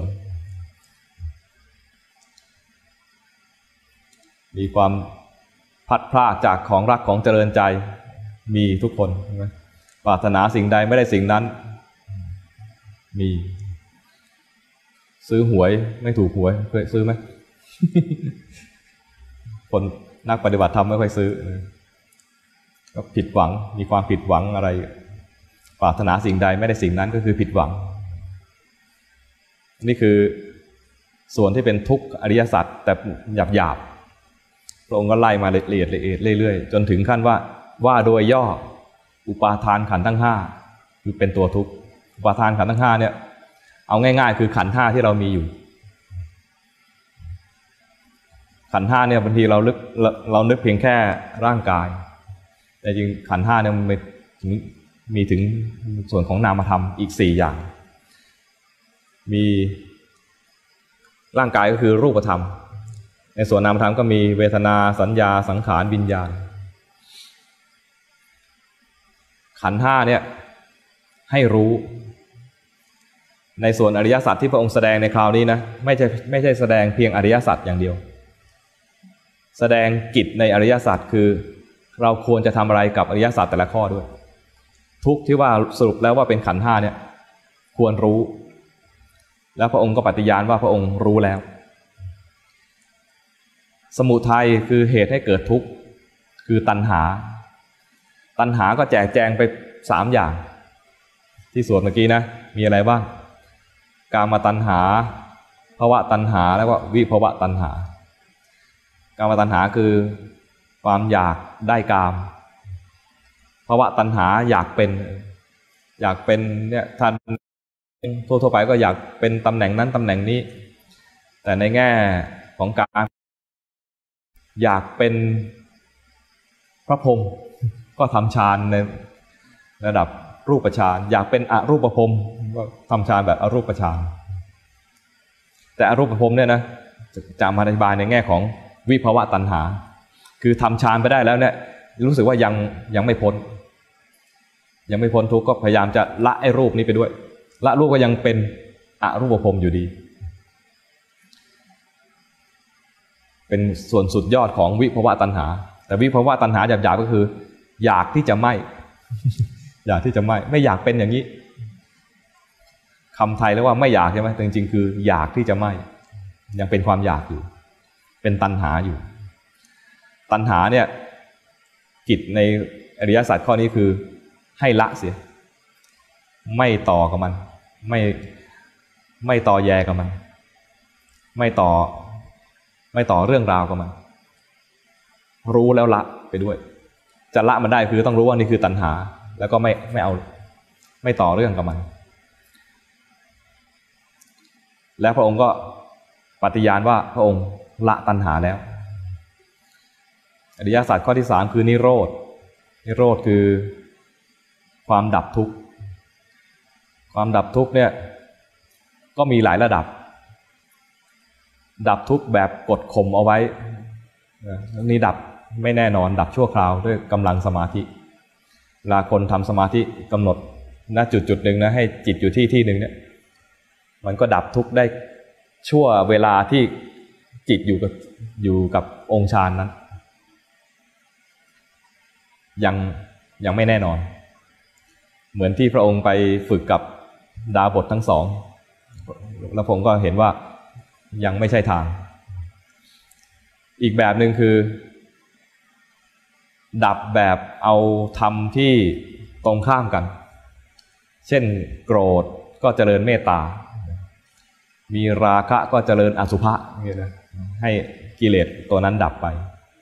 มีความพัดพรากจากของรักของเจริญใจมีทุกคนใช่ไหมปรารถนาสิ่งใดไม่ได้สิ่งนั้นมีซื้อหวยไม่ถูกหวยเคยซื้อไหม คนนักปฏิบัติธรรมไม่ค่อยซื้อก็ผิดหวังมีความผิดหวังอะไรปรารถนาสิ่งใดไม่ได้สิ่งนั้นก็คือผิดหวังนี่คือส่วนที่เป็นทุกข์อริยสัจแต่หยาบพระองค์ก็ไล่มาละเอียดเรื่อยๆจนถึงขั้นว่าโดยย่ออุปาทานขันธ์ทั้ง5คือเป็นตัวทุกข์อุปาทานขันธ์ทั้ง5เนี่ยเอาง่ายๆคือขันธ์5ที่เรามีอยู่ขันธ์5เนี่ยบางทีเรานึกเพียงแค่ร่างกายแต่จริงขันธ์5เนี่ยมันมีถึงส่วนของนามธรรมอีก4อย่างมีร่างกายก็คือรูปธรรมในส่วนนามธรรมก็มีเวทนาสัญญาสังขารวิญญาณขันธ์5เนี่ยให้รู้ในส่วนอริยสัจที่พระองค์แสดงในคราวนี้นะไม่ใช่แสดงเพียงอริยสัจอย่างเดียวแสดงกิจในอริยสัจคือเราควรจะทำอะไรกับอริยสัจแต่ละข้อด้วยทุกที่ว่าสรุปแล้วว่าเป็นขันธ์5เนี่ยควรรู้แล้วพระองค์ก็ปฏิญาณว่าพระองค์รู้แล้วสมุทัยคือเหตุให้เกิดทุกข์คือตัณหาก็แจกแจงไป3อย่างที่สวดเมื่อกี้นะมีอะไรบ้างกามตัณหาภวตัณหาแล้วก็วิภวตัณหากามตัณหาคือความอยากได้กามภวตัณหาอยากเป็นเนี่ยท่านทั่วไปก็อยากเป็นตำแหน่งนั้นตำแหน่งนี้แต่ในแง่ของการอยากเป็นพระพรหมก็ทำฌานในระดับรูปฌานอยากเป็นอรูปพรหมก็ทำฌานแบบอรูปฌานแต่อรูปพรหมเนี่ยนะจะมาอธิบายในแง่ของวิภวตัณหาคือทำฌานไปได้แล้วเนี่ยรู้สึกว่ายังไม่พ้นทุกข์ก็พยายามจะละไอ้รูปนี้ไปด้วยละรูปก็ยังเป็นอรูปพรหมอยู่ดีเป็นส่วนสุดยอดของวิภวตัณหาแต่วิภวตัณหาหยาบๆก็คืออยากที่จะไม่ อยากที่จะไม่อยากเป็นอย่างนี้คำไทยเรียกว่าไม่อยากใช่ไหมแต่จริงๆคืออยากที่จะไม่ยังเป็นความอยากอยู่เป็นตัณหาอยู่ตัณหาเนี่ยกิจในอริยสัจข้อนี้คือให้ละเสียไม่ต่อกับมันไม่ต่อแยกับมันไม่ต่อเรื่องราวกับมันรู้แล้วละไปด้วยจะละมันได้คือต้องรู้ว่านี่คือตัณหาแล้วก็ไม่ต่อเรื่องกับมันแล้วพระองค์ก็ปฏิญาณว่าพระองค์ละตัณหาแล้วอริยสัจข้อที่3คือนิโรธคือความดับทุกข์ความดับทุกข์เนี่ยก็มีหลายระดับดับทุกข์แบบกดข่มเอาไว้นี่ดับไม่แน่นอนดับชั่วคราวด้วยกำลังสมาธิเวลาคนทำสมาธิกำหนดณจุดหนึ่งนะให้จิตอยู่ที่หนึ่งเนี่ยมันก็ดับทุกข์ได้ชั่วเวลาที่จิตอยู่กับองค์ฌานนั้นยังไม่แน่นอนเหมือนที่พระองค์ไปฝึกกับดาบททั้งสองแล้วผมก็เห็นว่ายังไม่ใช่ทางอีกแบบหนึ่งคือดับแบบเอาธรรมที่ตรงข้ามกันเช่นโกรธก็เจริญเมตตามีราคะก็เจริญอสุภะนี่นะให้กิเลสตัวนั้นดับไป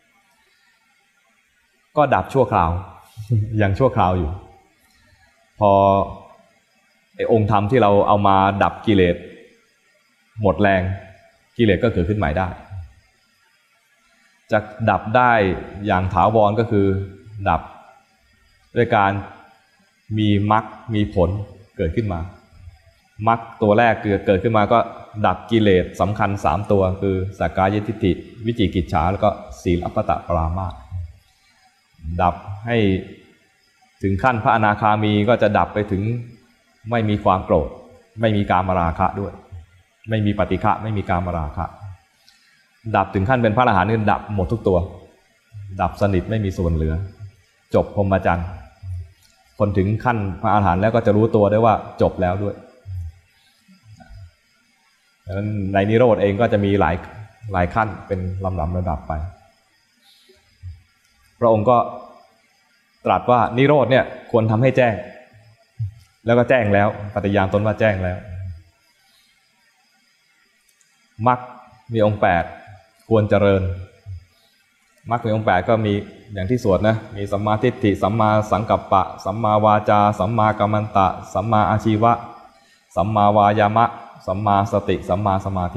ก็ดับชั่วคราวยังชั่วคราวอยู่พอองค์ธรรมที่เราเอามาดับกิเลสหมดแรงกิเลสก็เกิดขึ้นใหม่ได้จะดับได้อย่างถาวรก็คือดับด้วยการมีมรรคมีผลเกิดขึ้นมามรรคตัวแรกเกิดขึ้นมาก็ดับกิเลสสำคัญ3ตัวคือสักกายทิฏฐิวิจิกิจฉาแล้วก็ศีลอัปปตปรามาสดับให้ถึงขั้นพระอนาคามีก็จะดับไปถึงไม่มีความโกรธไม่มีกามราคะด้วยไม่มีปฏิฆะไม่มีกามราคะดับถึงขั้นเป็นพระอรหันต์นี่ดับหมดทุกตัวดับสนิทไม่มีส่วนเหลือจบพรหมจรรย์คนถึงขั้นพระอรหันต์แล้วก็จะรู้ตัวได้ว่าจบแล้วด้วยดังนั้นในนิโรธเองก็จะมีหลายขั้นเป็นลำดับไปพระองค์ก็ตรัสว่านิโรธเนี่ยควรทำให้แจ้งแล้วก็แจ้งแล้วปฏิญาณตนว่าแจ้งแล้วมรรคมีองค์8ควรเจริญมรรคมีองค์8ก็มีอย่างที่สวดนะมีสัมมาทิฏฐิสัมมาสังกัปปะสัมมาวาจาสัมมากัมมันตะสัมมาอาชีวะสัมมาวายามะสัมมาสติสัมมาสมาธิ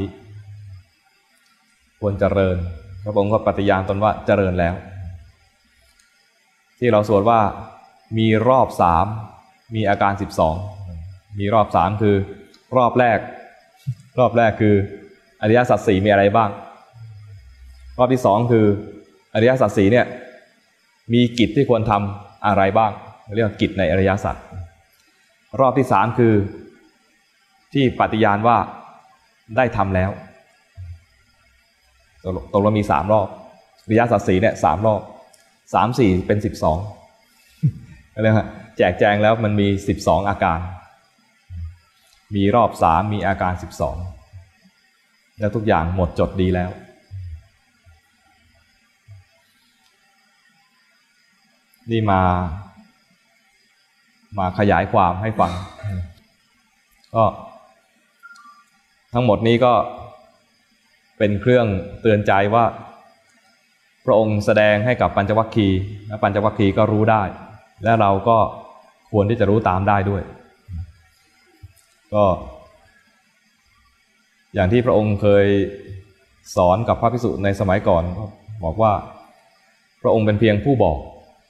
ควรเจริญพระองค์ก็ปฏิญาณตนว่าเจริญแล้วที่เราสวดว่ามีรอบ3มีอาการ12มีรอบ3คือรอบแรกคืออริยสัจ4มีอะไรบ้างรอบที่2คืออริยสัจ4เนี่ยมีกิจที่ควรทำอะไรบ้างเรียกว่ากิจในอริยสัจรอบที่3คือที่ปฏิญาณว่าได้ทำแล้วตกลงมี3รอบอริยสัจ4เนี่ย3รอบ3 4เป็น12เรียกว่าแจกแจงแล้วมันมี12อาการมีรอบ3มีอาการ12แล้วทุกอย่างหมดจดดีแล้วนี่มาขยายความให้ฟังก็ทั้งหมดนี้ก็เป็นเครื่องเตือนใจว่าพระองค์แสดงให้กับปัญจวัคคีย์และปัญจวัคคีย์ก็รู้ได้และเราก็ควรที่จะรู้ตามได้ด้วยก็อย่างที่พระองค์เคยสอนกับพระภิกษุในสมัยก่อนบอกว่าพระองค์เป็นเพียงผู้บอก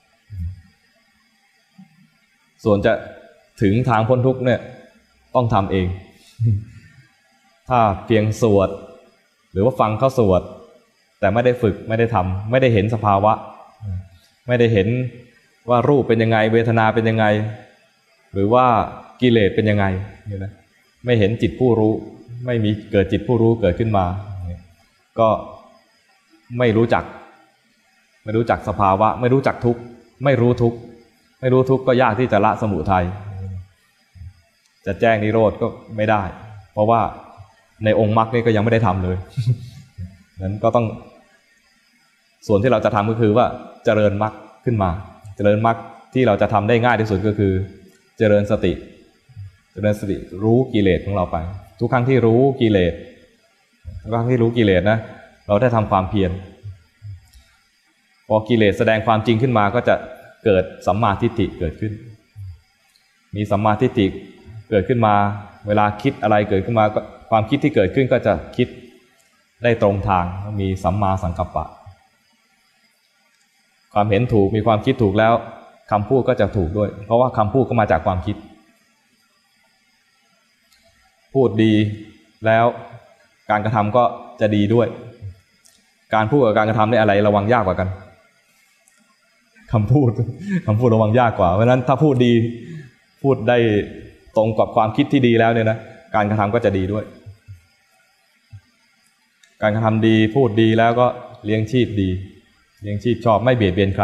ส่วนจะถึงทางพ้นทุกข์เนี่ยต้องทำเองถ้าเพียงสวดหรือว่าฟังเขาสวดแต่ไม่ได้ฝึกไม่ได้ทำไม่ได้เห็นสภาวะไม่ได้เห็นว่ารูปเป็นยังไงเวทนาเป็นยังไงหรือว่ากิเลสเป็นยังไงเนี่ยนะไม่เห็นจิตผู้รู้ไม่มีเกิดจิตผู้รู้เกิดขึ้นมาก็ไม่รู้จักสภาวะไม่รู้จักทุกข์ไม่รู้ทุกข์ก็ยากที่จะละสมุทัยจะแจ้งนิโรธก็ไม่ได้เพราะว่าในองค์มรรคนี่ก็ยังไม่ได้ทำเลยนั้นก็ต้องส่วนที่เราจะทำก็คือว่าเจริญมรรคขึ้นมาเจริญมรรคที่เราจะทำได้ง่ายที่สุดก็คือเจริญสติรู้กิเลสของเราไปทุกครั้งที่รู้กิเลสนะเราได้ทำความเพียรพอกิเลสแสดงความจริงขึ้นมาก็จะเกิดสัมมาทิฏฐิเกิดขึ้นมีสัมมาทิฏฐิเกิดขึ้นมาเวลาคิดอะไรเกิดขึ้นมาความคิดที่เกิดขึ้นก็จะคิดได้ตรงทางมีสัมมาสังกัปปะความเห็นถูกมีความคิดถูกแล้วคำพูดก็จะถูกด้วยเพราะว่าคำพูดก็มาจากความคิดพูดดีแล้วการกระทำก็จะดีด้วยการพูดกับการกระทำเนี่ยอะไรระวังยากกว่ากันคำพูดระวังยากกว่าเพราะฉะนั้นถ้าพูดดีพูดได้ตรงกับความคิดที่ดีแล้วเนี่ยนะการกระทำก็จะดีด้วยการกระทำดีพูดดีแล้วก็เลี้ยงชีพดีเลี้ยงชีพชอบไม่เบียดเบียนใคร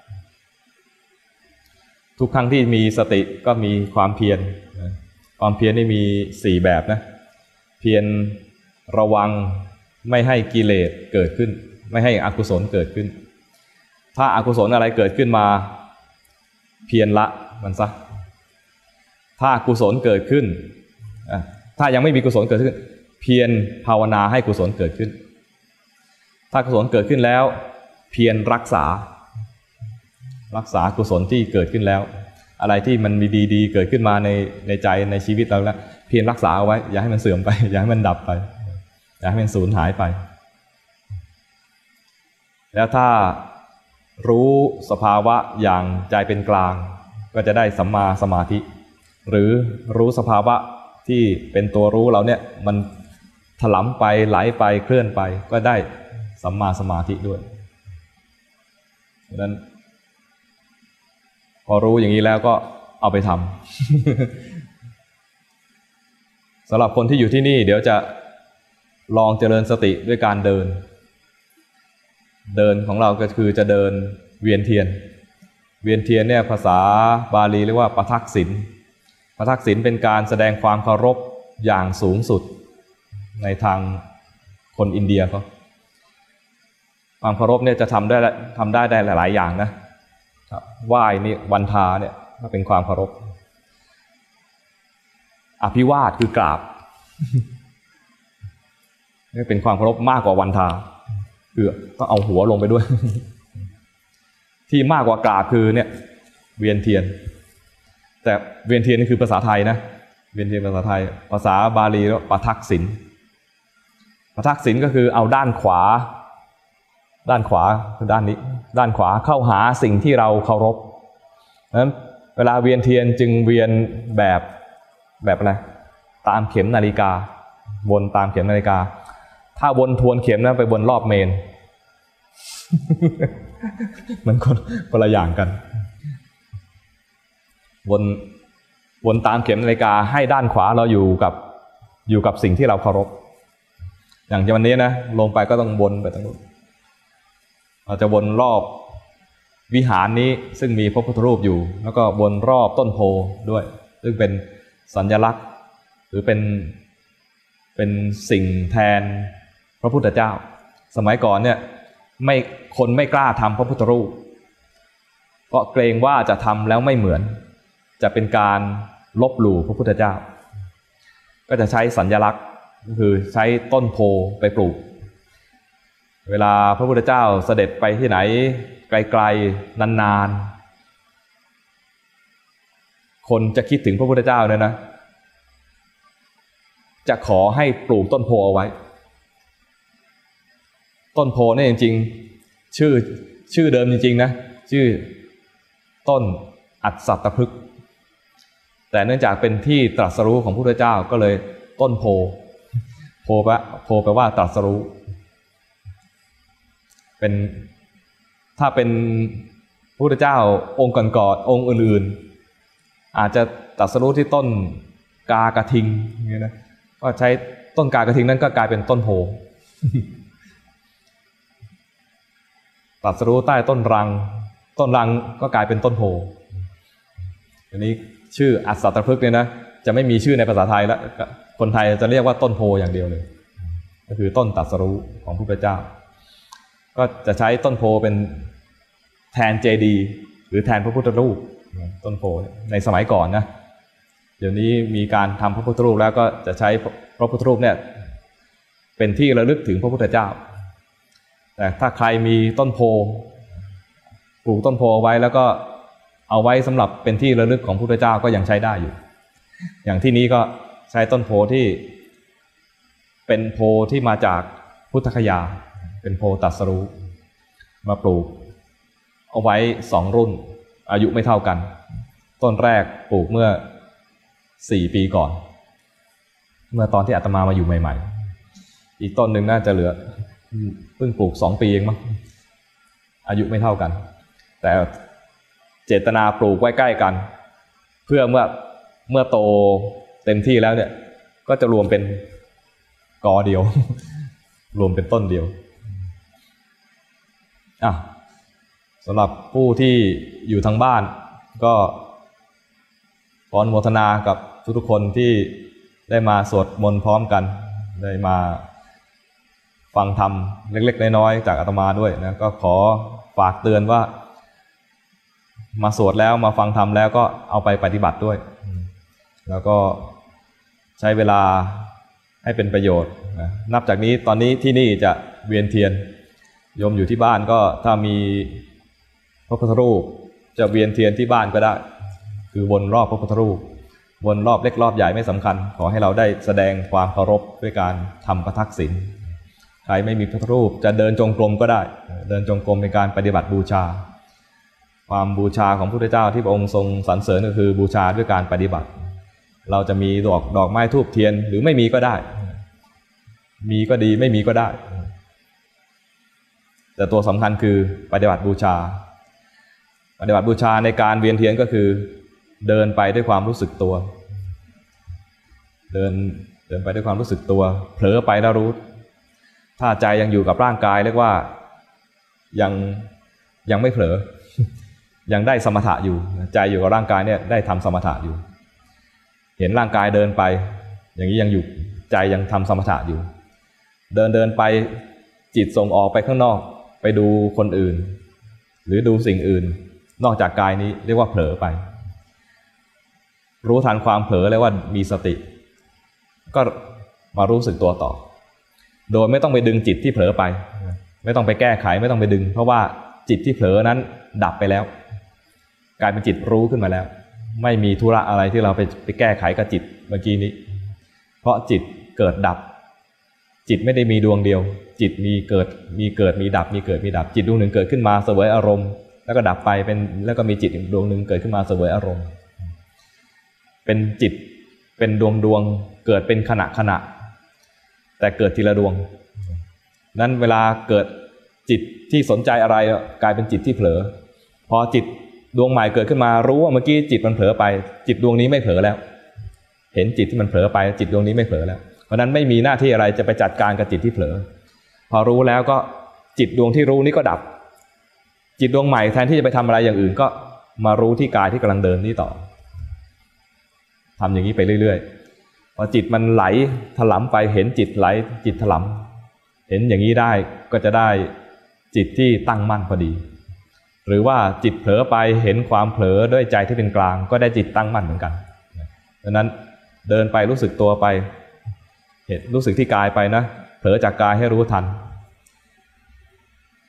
ทุกครั้งที่มีสติก็มีความเพียรนี่มี4แบบนะเพียรระวังไม่ให้กิเลสเกิดขึ้นไม่ให้อกุศลเกิดขึ้นถ้าอกุศลอะไรเกิดขึ้นมาเพียรละมันซะถ้ากุศลเกิดขึ้นถ้ายังไม่มีกุศลเกิดขึ้นเพียรภาวนาให้กุศลเกิดขึ้นถ้ากุศลเกิดขึ้นแล้วเพียรรักษากุศลที่เกิดขึ้นแล้วอะไรที่มันมีดีๆเกิดขึ้นมาในใจในชีวิตเราแล้วเพียรรักษาเอาไว้อย่าให้มันเสื่อมไปอย่าให้มันดับไปอย่าให้มันสูญหายไปแล้วถ้ารู้สภาวะอย่างใจเป็นกลางก็จะได้สัมมาสมาธิหรือรู้สภาวะที่เป็นตัวรู้เราเนี่ยมันถลำไปไหลไปเคลื่อนไปก็ได้สัมมาสมาธิด้วยดังนั้นพอรู้อย่างนี้แล้วก็เอาไปทำ สำหรับคนที่อยู่ที่นี่เดี๋ยวจะลองเจริญสติด้วยการเดินของเราก็คือจะเดินเวียนเทียนเนี่ยภาษาบาลีเรียกว่าปทักษิณเป็นการแสดงความเคารพอย่างสูงสุดในทางคนอินเดียเขาความเคารพเนี่ยจะทำได้หลายอย่างนะไหว้นี่วันทาเนี่ยก็เป็นความเคารพอภิวาทคือกราบนี่เป็นความเคารพมากกว่าวันทาคือต้องเอาหัวลงไปด้วยที่มากกว่ากราบคือเนี่ยเวียนเทียนแต่เวียนเทียนนี่คือภาษาไทยนะเวียนเทียนภาษาไทยภาษาบาลีแล้วปทักษิณก็คือเอาด้านขวาคือด้านนี้ด้านขวาเข้าหาสิ่งที่เราเคารพนั้นเวลาเวียนเทียนจึงเวียนแบบอะไรตามเข็มนาฬิกาวนตามเข็มนาฬิกาถ้าวนทวนเข็มนะไปวนรอบเมน มันคนละอย่างกันวนตามเข็มนาฬิกาให้ด้านขวาเราอยู่กับสิ่งที่เราเคารพอย่างวันนี้นะลงไปก็ต้องวนไปตรงนู้นเราจะวนรอบวิหารนี้ซึ่งมีพระพุทธรูปอยู่แล้วก็วนรอบต้นโพด้วยซึ่งเป็นสัญลักษณ์หรือเป็นสิ่งแทนพระพุทธเจ้าสมัยก่อนเนี่ยคนไม่กล้าทำพระพุทธรูปเพราะเกรงว่าจะทำแล้วไม่เหมือนจะเป็นการลบหลู่พระพุทธเจ้าก็จะใช้สัญลักษณ์ก็คือใช้ต้นโพไปปลูกเวลาพระพุทธเจ้าเสด็จไปที่ไหนไกลๆนานๆคนจะคิดถึงพระพุทธเจ้าเนี่ยนะจะขอให้ปลูกต้นโพเอาไว้ต้นโพเนี่ยจริงๆชื่อเดิมจริงๆนะชื่อต้นอัศตพฤกษ์แต่เนื่องจากเป็นที่ตรัสรู้ของพระพุทธเจ้าก็เลยต้นโพแปลว่าตรัสรู้เป็นถ้าเป็นพระพุทธเจ้าองค์ก่อนๆองค์อื่นๆอาจจะตรัสรู้ที่ต้นกากระทิงอย่างนี้นะก็ใช้ต้นกากระทิงนั้นก็กลายเป็นต้นโพตรัสรู้ใต้ต้นรังก็กลายเป็นต้นโพอันนี้ชื่ออัศตพฤกษ์เนี่ยนะจะไม่มีชื่อในภาษาไทยแล้วคนไทยจะเรียกว่าต้นโพอย่างเดียวเลยก็คือต้นตรัสรู้ของพระพุทธเจ้าก็จะใช้ต้นโพเป็นแทนเจดีย์หรือแทนพระพุทธรูปต้นโพในสมัยก่อนนะเดี๋ยวนี้มีการทำพระพุทธรูปแล้วก็จะใช้พระพุทธรูปเนี่ยเป็นที่ระลึกถึงพระพุทธเจ้าแต่ถ้าใครมีต้นโพปลูกต้นโพเอาไว้แล้วก็เอาไว้สำหรับเป็นที่ระลึกของพระพุทธเจ้าก็ยังใช้ได้อยู่อย่างที่นี้ก็ใช้ต้นโพที่เป็นโพที่มาจากพุทธคยาเป็นโพตรัสรู้มาปลูกเอาไว้2รุ่นอายุไม่เท่ากันต้นแรกปลูกเมื่อ4 ปีก่อนเมื่อตอนที่อาตมามาอยู่ใหม่ๆอีกต้นหนึ่งน่าจะเหลือเพิ่งปลูก2 ปีเองมั้งอายุไม่เท่ากันแต่เจตนาปลูกไว้ใกล้กันเพื่อเมื่อโตเต็มที่แล้วเนี่ยก็จะรวมเป็นกอเดียวรวมเป็นต้นเดียวสำหรับผู้ที่อยู่ทางบ้านก็ขออนุโมทนากับทุกๆคนที่ได้มาสวดมนต์พร้อมกันได้มาฟังธรรมเล็กๆน้อยๆจากอาตมาด้วยนะก็ขอฝากเตือนว่ามาสวดแล้วมาฟังธรรมแล้วก็เอาไปปฏิบัติด้วยแล้วก็ใช้เวลาให้เป็นประโยชน์นับจากนี้ตอนนี้ที่นี่จะเวียนเทียนโยมอยู่ที่บ้านก็ถ้ามีพระพุทธรูปจะเวียนเทียนที่บ้านก็ได้คือวนรอบพระพุทธรูปวนรอบเล็กรอบใหญ่ไม่สำคัญขอให้เราได้แสดงความเคารพด้วยการทำประทักษิณใครไม่มีพระพุทธรูปจะเดินจงกรมก็ได้เดินจงกรมเป็นการปฏิบัติบูชาความบูชาของพระพุทธเจ้าที่พระองค์ทรงสรรเสริญก็คือบูชาด้วยการปฏิบัติเราจะมีดอกไม้ธูปเทียนหรือไม่มีก็ได้มีก็ดีไม่มีก็ได้แต่ตัวสำคัญคือปฏิบัติบูชาในการเวียนเทียนก็คือเดินไปด้วยความรู้สึกตัวเดินไปด้วยความรู้สึกตัวเผลอไปแล้วรู้ถ้าใจยังอยู่กับร่างกายเรียกว่ายังไม่เผลอยังได้สมถะอยู่ใจอยู่กับร่างกายเนี่ยได้ทำสมถะอยู่เห็นร่างกายเดินไปอย่างนี้ยังอยู่ใจยังทำสมถะอยู่เดินไปจิตส่งออกไปข้างนอกไปดูคนอื่นหรือดูสิ่งอื่นนอกจากกายนี้เรียกว่าเผลอไปรู้ทันความเผลอเรียกว่ามีสติก็มารู้สึกตัวต่อโดยไม่ต้องไปดึงจิตที่เผลอไปไม่ต้องไปแก้ไขไม่ต้องไปดึงเพราะว่าจิตที่เผลอนั้นดับไปแล้วกลายเป็นจิตรู้ขึ้นมาแล้วไม่มีธุระอะไรที่เราไปแก้ไขกับจิตเมื่อกี้นี้เพราะจิตเกิดดับจิตไม่ได้มีดวงเดียวจิตมีเกิดมีดับมีเกิดมีดับจิตดวงหนึ่งเกิดขึ้นมาเสวยอารมณ์แล้วก็ดับไปแล้วก็มีจิตดวงหนึ่งเกิดขึ้นมาเสวยอารมณ์เป็นจิตเป็นดวงเกิดเป็นขณะแต่เกิดทีละดวงนั้นเวลาเกิดจิตที่สนใจอะไรกลายเป็นจิตที่เผลอพอจิตดวงใหม่เกิดขึ้นมารู้ว่าเมื่อกี้จิตมันเผลอไปจิตดวงนี้ไม่เผลอแล้วเห็นจิตที่มันเผลอไปจิตดวงนี้ไม่เผลอแล้วเพราะนั้นไม่มีหน้าที่อะไรจะไปจัดการกับจิตที่เผลอพอรู้แล้วก็จิตดวงที่รู้นี้ก็ดับจิตดวงใหม่แทนที่จะไปทำอะไรอย่างอื่นก็มารู้ที่กายที่กำลังเดินนี้ต่อทำอย่างนี้ไปเรื่อยๆพอจิตมันไหลถลำไปเห็นจิตไหลจิตถลำเห็นอย่างนี้ได้ก็จะได้จิตที่ตั้งมั่นพอดีหรือว่าจิตเผลอไปเห็นความเผลอด้วยใจที่เป็นกลางก็ได้จิตตั้งมั่นเหมือนกันดังนั้นเดินไปรู้สึกตัวไปเห็นรู้สึกที่กายไปนะเผลอจากกายให้รู้ทัน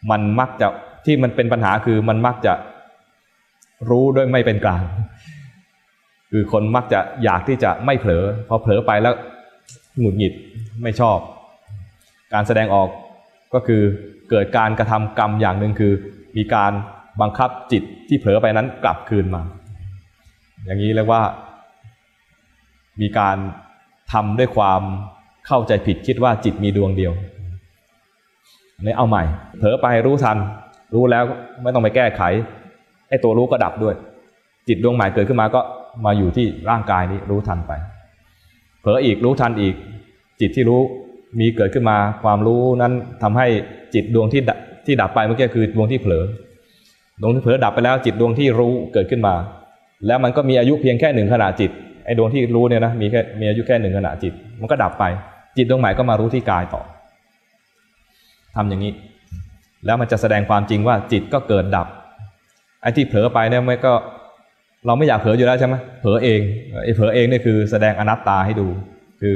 มันมักจะที่มันเป็นปัญหาคือมันมักจะรู้ด้วยไม่เป็นกลางคือคนมักจะอยากที่จะไม่เผลอพอเผลอไปแล้วหงุดหงิดไม่ชอบการแสดงออกก็คือเกิดการกระทำกรรมอย่างหนึ่งคือมีการบังคับจิตที่เผลอไปนั้นกลับคืนมาอย่างนี้เรียกว่ามีการทำด้วยความเข้าใจผิดคิดว่าจิตมีดวงเดียวนี่เอาใหม่เผลอไปรู้ทันรู้แล้วไม่ต้องไปแก้ไขไอ้ตัวรู้ก็ดับด้วยจิตดวงใหม่เกิดขึ้นมาก็มาอยู่ที่ร่างกายนี้รู้ทันไปเผลออีกรู้ทันอีกจิตที่รู้มีเกิดขึ้นมาความรู้นั้นทำให้จิตดวงที่ดับไปเมื่อกี้คือดวงที่เผลอดวงที่เผลอดับไปแล้วจิตดวงที่รู้เกิดขึ้นมาแล้วมันก็มีอายุเพียงแค่หนึ่งขณะจิตไอ้ดวงที่รู้เนี่ยนะมีอายุแค่หนึ่งขณะจิตมันก็ดับไปจิตดวงใหม่ก็มารู้ที่กายต่อทำอย่างนี้แล้วมันจะแสดงความจริงว่าจิตก็เกิดดับไอ้ที่เผลอไปเนี่ยไม่ก็เราไม่อยากเผลออยู่แล้วใช่ไหมเผลอเองไอ้เผลอเองนี่คือแสดงอนัตตาให้ดูคือ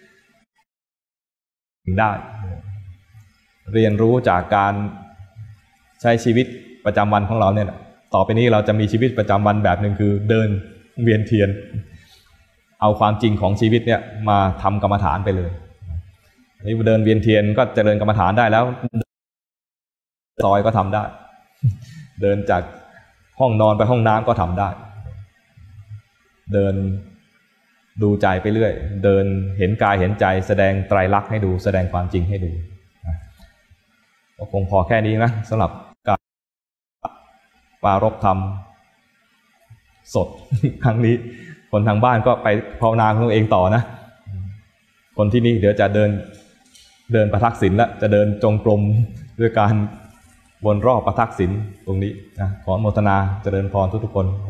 ได้เรียนรู้จากการใช้ชีวิตประจำวันของเราเนี่ยต่อไปนี้เราจะมีชีวิตประจำวันแบบหนึ่งคือเดินเวียนเทียนเอาความจริงของชีวิตเนี่ยมาทำกรรมฐานไปเลยนี่เดินเวียนเทียนก็เจริญกรรมฐานได้แล้วซอยก็ทำได้เดินจากห้องนอนไปห้องน้ำก็ทำได้เดินดูใจไปเรื่อยเดินเห็นกายเห็นใจแสดงไตรลักษณ์ให้ดูแสดงความจริงให้ดูก็คงพอแค่นี้นะสำหรับการปรารภธรรมสดครั้งนี้คนทางบ้านก็ไปภาวนาของตัวเองต่อนะคนที่นี่เดี๋ยวจะเดินประทักษิณแล้วจะเดินจงกรมด้วยการวนรอบประทักษิณตรงนี้นะขออนุโมทนาเจริญพรทุกๆคน